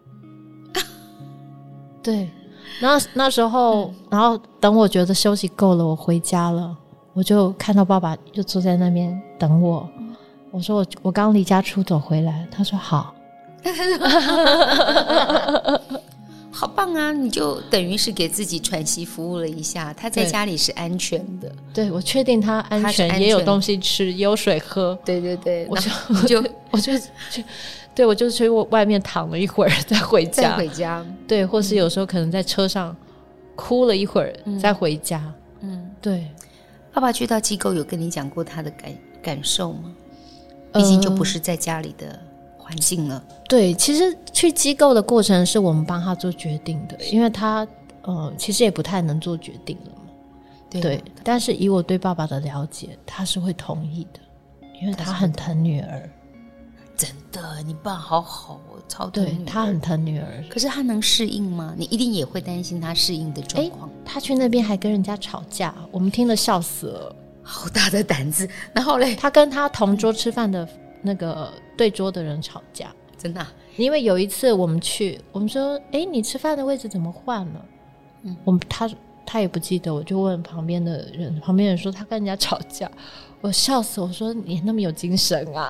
对，然后那时候，然后等我觉得休息够了，我回家了，我就看到爸爸就坐在那边等我。我说我我刚离家出走回来，他说好。 好棒啊！你就等于是给自己喘息服务了一下，他在家里是安全的。 对，我确定他安全， 他安全也有东西吃，也有水喝。 对对对， 我就你就我就去，对我就去外面躺了一会儿再回家， 再回家。 对，或是有时候可能在车上哭了一会儿、嗯、再回家。嗯，对。 爸爸去到机构有跟你讲过他的感感受吗？毕竟就不是在家里的环境了。 对，其实去机构的过程是我们帮他做决定的，因为他呃其实也不太能做决定了嘛。对，对，但是以我对爸爸的了解，他是会同意的，因为他很疼女儿。 真的，你爸好好哦，超疼女儿。 对，他很疼女儿。 可是他能适应吗？你一定也会担心他适应的状况。 他去那边还跟人家吵架，我们听了笑死了。 好大的胆子！然后嘞， 他跟他同桌吃饭的那个对桌的人吵架。 真的、啊？ 因为有一次我们去，我们说，哎，你吃饭的位置怎么换了？嗯，我们他他也不记得，我就问旁边的人，旁边人说他跟人家吵架，我笑死，我说你那么有精神啊。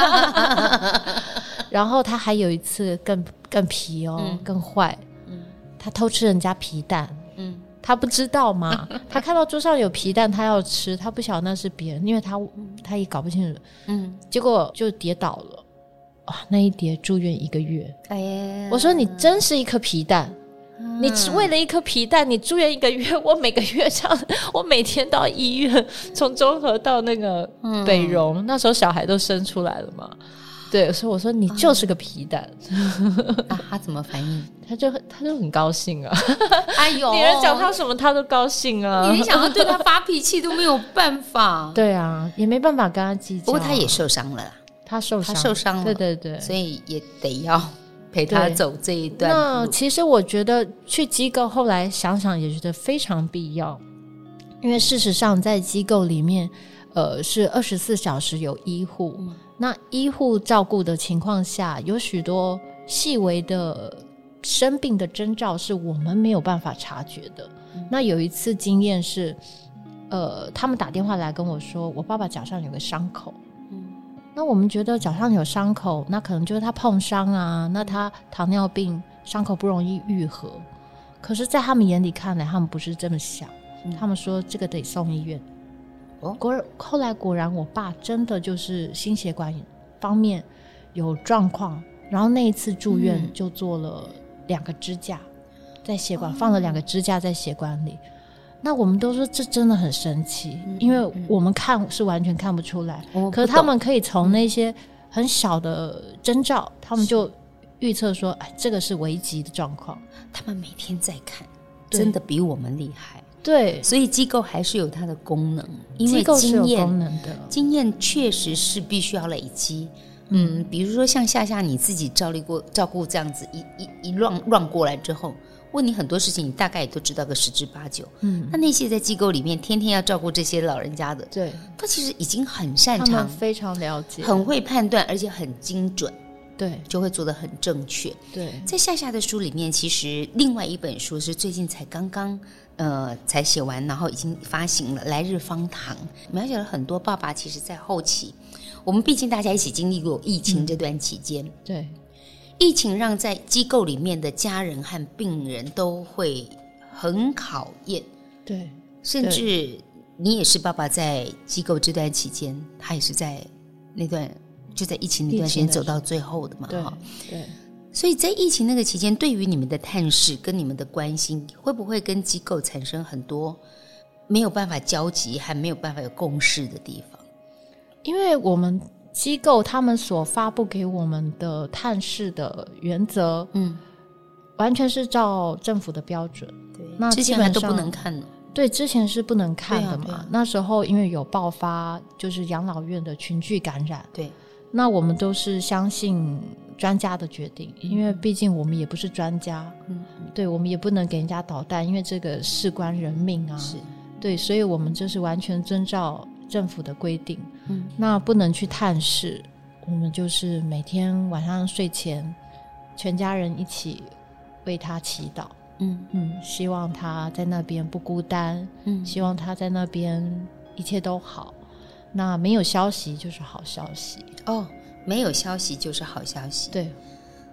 然后他还有一次更更皮哦，嗯、更坏，嗯，他偷吃人家皮蛋，嗯，他不知道嘛，他看到桌上有皮蛋，他要吃，他不晓得那是别人，因为他他也搞不清楚，嗯，结果就跌倒了，哇，那一跌住院一个月，哎呀，我说你真是一颗皮蛋。嗯、你只为了一颗皮蛋你住院一个月，我每个月这样，我每天到医院，从中和到那个北荣、嗯、那时候小孩都生出来了嘛，对，所以我说你就是个皮蛋、 嗯、那他怎么反应？ 他就他就很高兴啊， 哎呦， 别人讲他什么他都高兴啊， 你想要对他发脾气都没有办法。 对啊，也没办法跟他计较、啊、 不过他也受伤了啦， 他受伤， 他受伤了， 对对对， 所以也得要陪他走这一段路。 那其实我觉得去机构后来想想也觉得非常必要，因为事实上在机构里面呃，是二十四小时有医护、嗯、那医护照顾的情况下，有许多细微的生病的征兆是我们没有办法察觉的、嗯、那有一次经验是呃，他们打电话来跟我说我爸爸脚上有个伤口，那我们觉得脚上有伤口，那可能就是他碰伤啊，那他糖尿病伤口不容易愈合，可是在他们眼里看来他们不是这么想、嗯、他们说这个得送医院、哦、果后来果然我爸真的就是心血管方面有状况，然后那一次住院就做了两个支架、嗯、在血管、哦、放了两个支架在血管里，那我们都说这真的很神奇、嗯、因为我们看是完全看不出来、嗯、可是他们可以从那些很小的征兆、嗯、他们就预测说哎，这个是危急的状况， 他们每天在看，真的比我们厉害。 对， 所以机构还是有它的功能，因为机构是有功能的， 经验确实是必须要累积。嗯，比如说像夏夏你自己照顾过照顾这样子一一一乱乱过来之后，问你很多事情，你大概也都知道个十之八九。嗯，那那些在机构里面天天要照顾这些老人家的， 对， 他其实已经很擅长， 他们非常了解， 很会判断，而且很精准， 对， 就会做得很正确。 对， 在夏夏的书里面，其实另外一本书是最近才刚刚呃才写完，然后已经发行了《来日方长》，描写了很多爸爸其实在后期，我们毕竟大家一起经历过疫情这段期间、嗯、 对。 疫情让在机构里面的家人和病人都会很考验， 对， 甚至你也是爸爸在机构这段期间，他也是在那段就在疫情那段时间走到最后的嘛， 对对。 所以在疫情那个期间，对于你们的探视跟你们的关心，会不会跟机构产生很多没有办法交集还没有办法有共识的地方？ 因为我们机构他们所发布给我们的探视的原则，嗯，完全是照政府的标准。 对， 那之前都不能看了。 对，之前是不能看的嘛。 对啊对啊， 那时候因为有爆发，就是养老院的群聚感染。 对， 那我们都是相信专家的决定，因为毕竟我们也不是专家。嗯，对，我们也不能给人家捣蛋，因为这个事关人命啊。 是， 对，所以我们就是完全遵照政府的规定。嗯，那不能去探视，我们就是每天晚上睡前全家人一起为他祈祷。嗯嗯，希望他在那边不孤单，嗯，希望他在那边一切都好。那没有消息就是好消息。 哦，没有消息就是好消息。 对，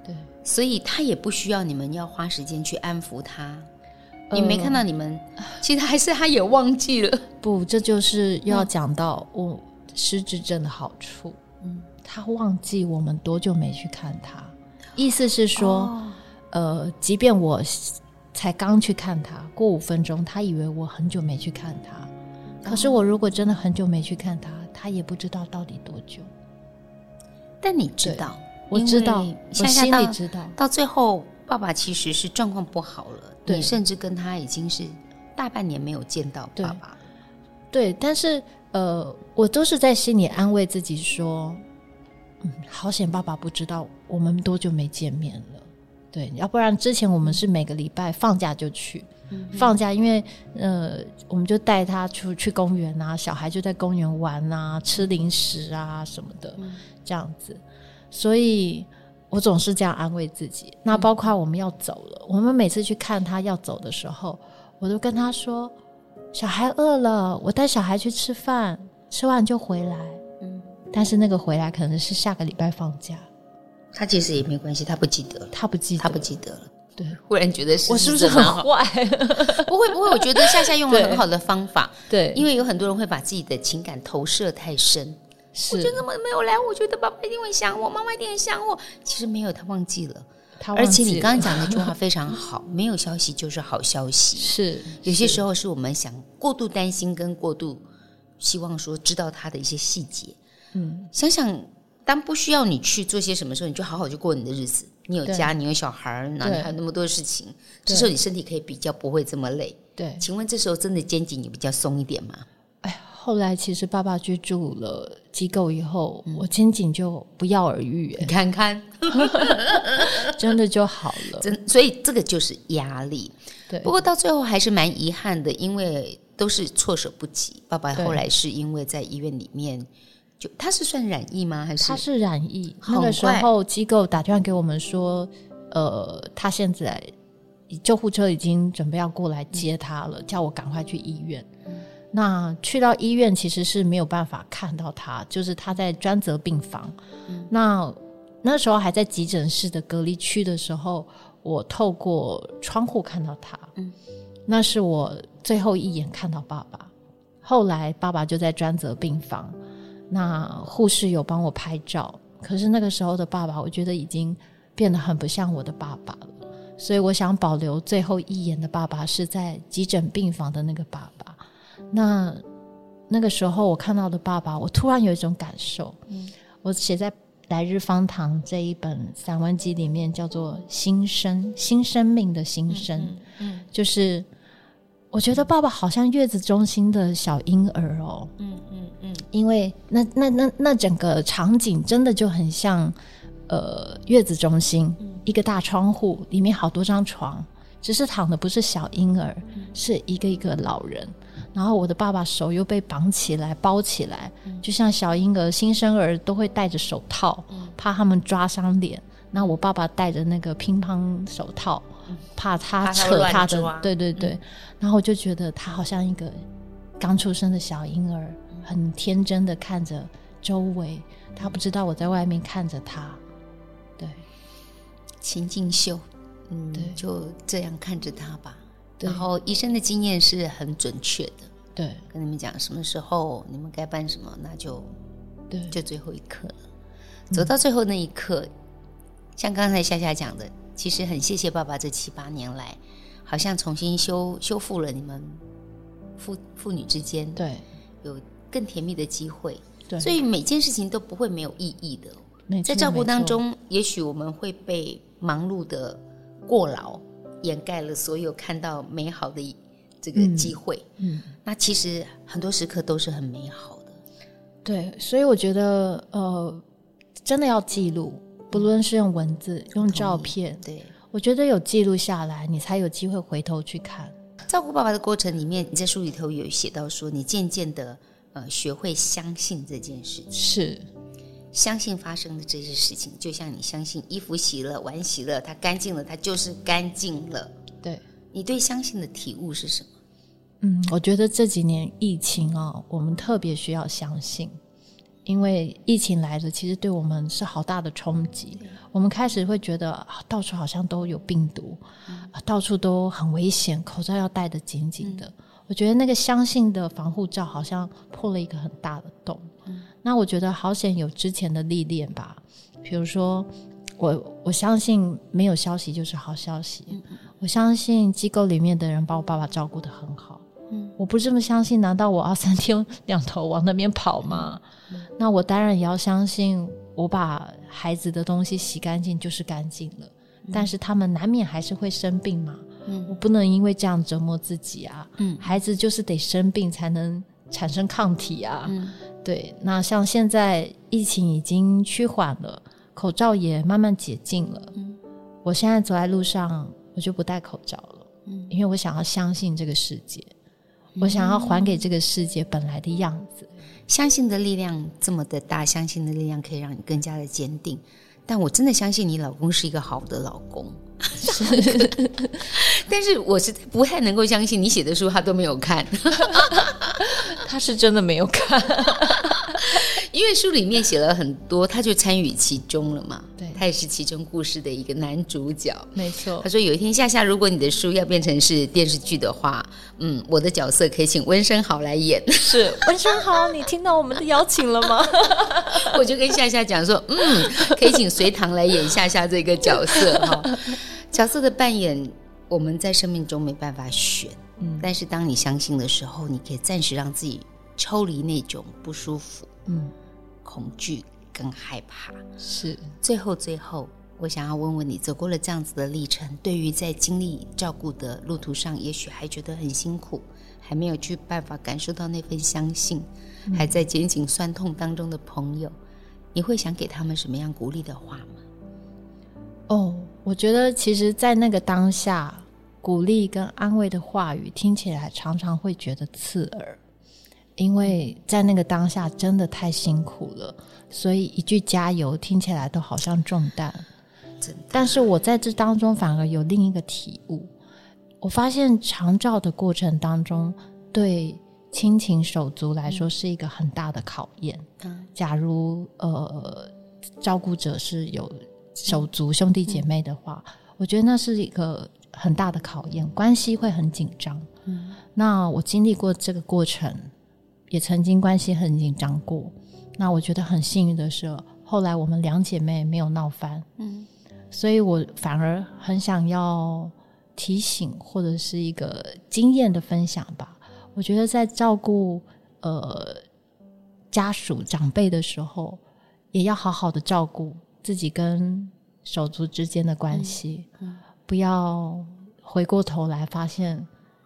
对， 所以他也不需要你们要花时间去安抚他。你没看到你们、呃、其实还是他也忘记了。 不，这就是又要讲到我失智症的好处。嗯，他忘记我们多久没去看他，意思是说、哦、呃，即便我才刚去看他，过五分钟他以为我很久没去看他，可是我如果真的很久没去看他，他也不知道到底多久。 但你知道， 我知道，我心里知道， 到最后爸爸其实是状况不好了，你甚至跟他已经是大半年没有见到爸爸了。 对，但是呃，我都是在心里安慰自己说，嗯，好险爸爸不知道我们多久没见面了。对，要不然之前我们是每个礼拜放假就去、嗯、放假，因为呃，我们就带他出去公园啊，小孩就在公园玩啊，吃零食啊什么的、嗯、这样子，所以我总是这样安慰自己。那包括我们要走了、嗯、我们每次去看他要走的时候，我都跟他说，小孩饿了，我带小孩去吃饭，吃完就回来、嗯、但是那个回来可能是下个礼拜放假， 他其实也没关系，他不记得了， 他不记得， 他不记得了。 对， 忽然觉得是我是不是很坏？ 不会不会，我觉得夏夏用了很好的方法。 对， 因为有很多人会把自己的情感投射太深。 是， 我觉得怎么没有来？我觉得爸爸一定会想我，妈妈一定很想我。其实没有，他忘记了。 他忘记了。 而且你刚刚讲的那句话非常好，没有消息就是好消息。 是， 有些时候是我们想过度担心跟过度希望说知道他的一些细节。嗯，想想。当不需要你去做些什么时候，你就好好去过你的日子。你有家，你有小孩，哪里还有那么多事情？这时候你身体可以比较不会这么累。对，请问这时候真的肩颈也比较松一点吗？ 哎，后来其实爸爸居住了机构以后、嗯、我肩颈就不药而愈。 你看看真的就好了。 真，所以这个就是压力。对，不过到最后还是蛮遗憾的，因为都是措手不及。爸爸后来是因为在医院里面。就他是算染疫吗？还是他是染疫？那个时候机构打电话给我们说，呃，他现在救护车已经准备要过来接他了，嗯、叫我赶快去医院。嗯、那去到医院其实是没有办法看到他，就是他在专责病房。嗯、那那时候还在急诊室的隔离区的时候，我透过窗户看到他。嗯、那是我最后一眼看到爸爸。后来爸爸就在专责病房。那护士有帮我拍照，可是那个时候的爸爸我觉得已经变得很不像我的爸爸了，所以我想保留最后一眼的爸爸是在急诊病房的那个爸爸。那那个时候我看到的爸爸，我突然有一种感受、嗯、我写在来日方堂这一本散文集里面叫做新生，新生命的新生、嗯嗯嗯、就是我觉得爸爸好像月子中心的小婴儿哦，嗯嗯嗯，因为那那那那整个场景真的就很像呃月子中心、嗯、一个大窗户里面好多张床，只是躺的不是小婴儿、嗯、是一个一个老人，然后我的爸爸手又被绑起来包起来、嗯、就像小婴儿新生儿都会戴着手套、嗯、怕他们抓伤脸，那我爸爸戴着那个乒乓手套、嗯、怕他扯他的，他对对对、嗯，然后我就觉得他好像一个刚出生的小婴儿，很天真的看着周围，他不知道我在外面看着他。对， 情境秀，嗯，对，就这样看着他吧。然后医生的经验是很准确的， 对， 跟你们讲什么时候你们该办什么，那就对， 就最后一刻了。走到最后那一刻、嗯、像刚才夏夏讲的，其实很谢谢爸爸这七八年来好像重新修修复了你们父父女之间对有更甜蜜的机会， 对， 所以每件事情都不会没有意义的。在照顾当中，也许我们会被忙碌的过劳掩盖了所有看到美好的这个机会，嗯，嗯那其实很多时刻都是很美好的。 对，所以我觉得呃，真的要记录，不论是用文字、用照片，对，我觉得有记录下来，你才有机会回头去看。 照顾爸爸的过程里面，你在书里头有写到说，你渐渐的呃学会相信这件事情， 是相信发生的这些事情，就像你相信衣服洗了、碗洗了，它干净了，它就是干净了。 对， 你对相信的体悟是什么？ 嗯，我觉得这几年疫情哦，我们特别需要相信， 因为疫情来了，其实对我们是好大的冲击。我们开始会觉得、啊、到处好像都有病毒、嗯啊、到处都很危险，口罩要戴得紧紧的、嗯、我觉得那个相信的防护罩好像破了一个很大的洞、嗯、那我觉得好险有之前的历练吧，比如说我我相信没有消息就是好消息、嗯、我相信机构里面的人把我爸爸照顾得很好、嗯、我不这么相信，难道我要三天两头往那边跑吗、嗯、那我当然也要相信我把孩子的东西洗干净就是干净了、嗯、但是他们难免还是会生病嘛、嗯、我不能因为这样折磨自己啊、嗯、孩子就是得生病才能产生抗体啊、嗯、对。那像现在疫情已经趋缓了，口罩也慢慢解禁了、嗯、我现在走在路上我就不戴口罩了、嗯、因为我想要相信这个世界、嗯、我想要还给这个世界本来的样子。 相信的力量这么的大，相信的力量可以让你更加的坚定，但我真的相信你老公是一个好的老公但是我是不太能够相信你写的书他都没有看他是真的没有看因为书里面写了很多，他就参与其中了嘛， 对， 他也是其中故事的一个男主角， 没错。 他说有一天夏夏，如果你的书要变成是电视剧的话，嗯，我的角色可以请温升豪来演。 是温升豪，你听到我们的邀请了吗我就跟夏夏讲说，嗯，可以请隋棠来演夏夏这个角色哈。角色的扮演我们在生命中没办法选、嗯、但是当你相信的时候，你可以暂时让自己抽离那种不舒服、嗯、恐惧跟害怕。 是最后最后我想要问问你，走过了这样子的历程，对于在经历照顾的路途上也许还觉得很辛苦，还没有去办法感受到那份相信、嗯、还在肩颈酸痛当中的朋友，你会想给他们什么样鼓励的话吗？ 哦，我觉得其实在那个当下，鼓励跟安慰的话语听起来常常会觉得刺耳，因为在那个当下真的太辛苦了，所以一句加油听起来都好像重担。但是我在这当中反而有另一个体悟，我发现长照的过程当中对亲情手足来说是一个很大的考验、嗯、假如呃照顾者是有手足兄弟姐妹的话、嗯、我觉得那是一个很大的考验，关系会很紧张、嗯、那我经历过这个过程，也曾经关系很紧张过，那我觉得很幸运的是后来我们两姐妹没有闹翻、嗯、所以我反而很想要提醒或者是一个经验的分享吧。我觉得在照顾呃家属长辈的时候，也要好好的照顾自己跟手足之间的关系、嗯嗯、不要回过头来发现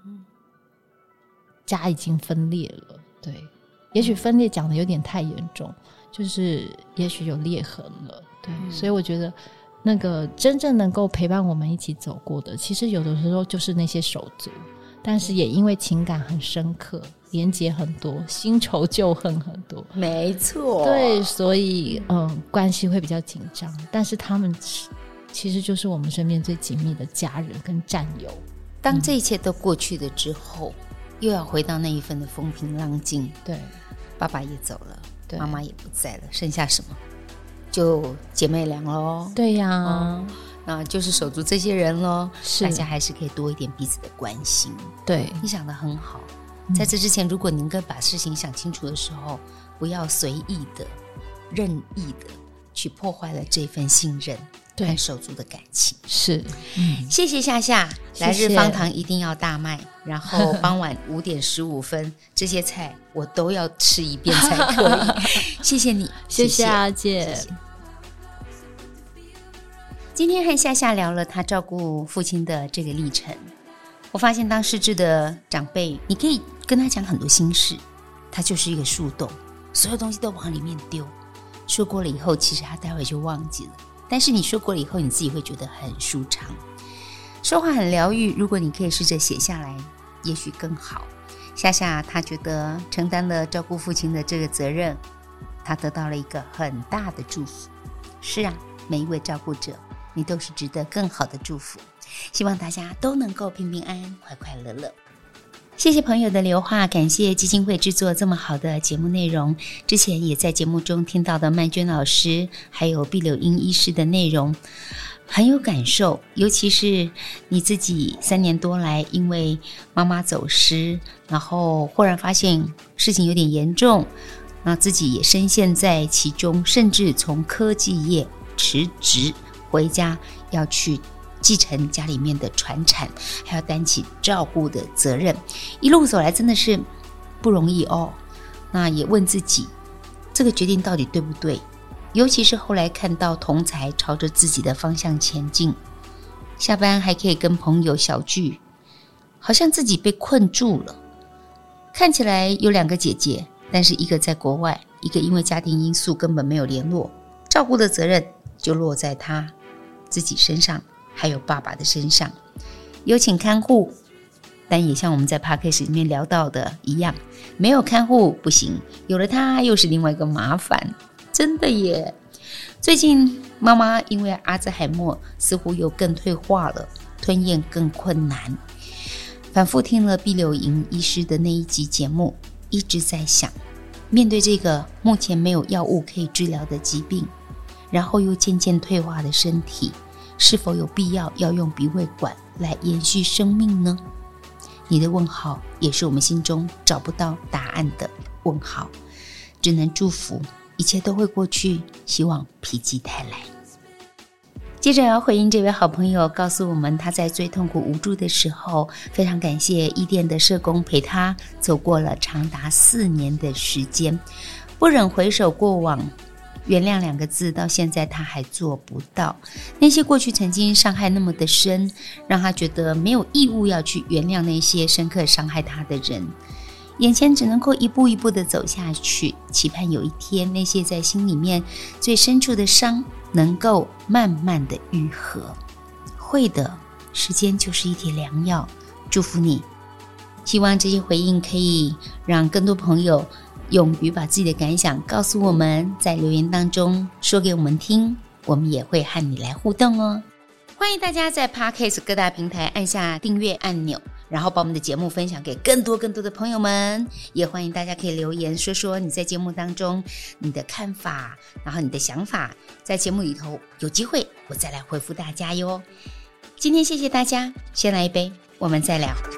家已经分裂了。对，也许分裂讲的有点太严重，就是也许有裂痕了。对、嗯、所以我觉得那个真正能够陪伴我们一起走过的，其实有的时候就是那些手足，但是也因为情感很深刻，连结很多，新仇旧恨很多， 没错， 对，所以嗯，关系会比较紧张，但是他们其实就是我们身边最紧密的家人跟战友。 当这一切都过去了之后、嗯、又要回到那一份的风平浪静。对，爸爸也走了，妈妈也不在了，剩下什么？就姐妹俩咯。 对呀、 哦，那就是手足这些人咯，大家还是可以多一点彼此的关心。 对， 你想得很好。在这之前，如果您跟把事情想清楚的时候，不要随意的任意的去破坏了这份信任和手足的感情。 是、 嗯、谢谢夏夏，来日方糖一定要大卖，然后傍晚五点十五分这些菜我都要吃一遍才可以谢谢你， 谢谢阿姐， 谢谢。今天和夏夏聊了她照顾父亲的这个历程，我发现当失智的长辈，你可以跟他讲很多心事，他就是一个树洞，所有东西都往里面丢，说过了以后其实他待会就忘记了，但是你说过了以后你自己会觉得很舒畅，说话很疗愈，如果你可以试着写下来也许更好。夏夏他觉得承担了照顾父亲的这个责任，他得到了一个很大的祝福。是啊，每一位照顾者你都是值得更好的祝福，希望大家都能够平平安安快快乐乐。 谢谢朋友的留话，感谢基金会制作这么好的节目内容。之前也在节目中听到的曼娟老师还有毕柳英医师的内容很有感受，尤其是你自己三年多来因为妈妈走失，然后忽然发现事情有点严重，那自己也深陷在其中，甚至从科技业辞职回家要去继承家里面的传产，还要担起照顾的责任，一路走来真的是不容易哦。那也问自己这个决定到底对不对，尤其是后来看到同侪朝着自己的方向前进，下班还可以跟朋友小聚，好像自己被困住了。看起来有两个姐姐，但是一个在国外，一个因为家庭因素根本没有联络，照顾的责任就落在她自己身上，还有爸爸的身上。有请看护，但也像我们在 Podcast 里面聊到的一样，没有看护不行，有了他又是另外一个麻烦，真的耶。最近妈妈因为阿兹海默似乎又更退化了，吞咽更困难。反复听了毕柳英医师的那一集节目，一直在想，面对这个目前没有药物可以治疗的疾病，然后又渐渐退化的身体，是否有必要要用鼻胃管来延续生命呢？你的问号也是我们心中找不到答案的问号，只能祝福一切都会过去，希望否极泰来。接着要回应这位好朋友告诉我们，他在最痛苦无助的时候，非常感谢伊甸的社工陪他走过了长达四年的时间，不忍回首过往，原谅两个字到现在他还做不到。那些过去曾经伤害那么的深，让他觉得没有义务要去原谅那些深刻伤害他的人，眼前只能够一步一步的走下去，期盼有一天那些在心里面最深处的伤能够慢慢的愈合。会的，时间就是一帖良药，祝福你。希望这些回应可以让更多朋友勇于把自己的感想告诉我们，在留言当中说给我们听，我们也会和你来互动哦。欢迎大家在 Podcast 各大平台按下订阅按钮，然后把我们的节目分享给更多更多的朋友们。也欢迎大家可以留言说说你在节目当中你的看法，然后你的想法，在节目里头有机会我再来回复大家哟。今天谢谢大家，先来一杯，我们再聊。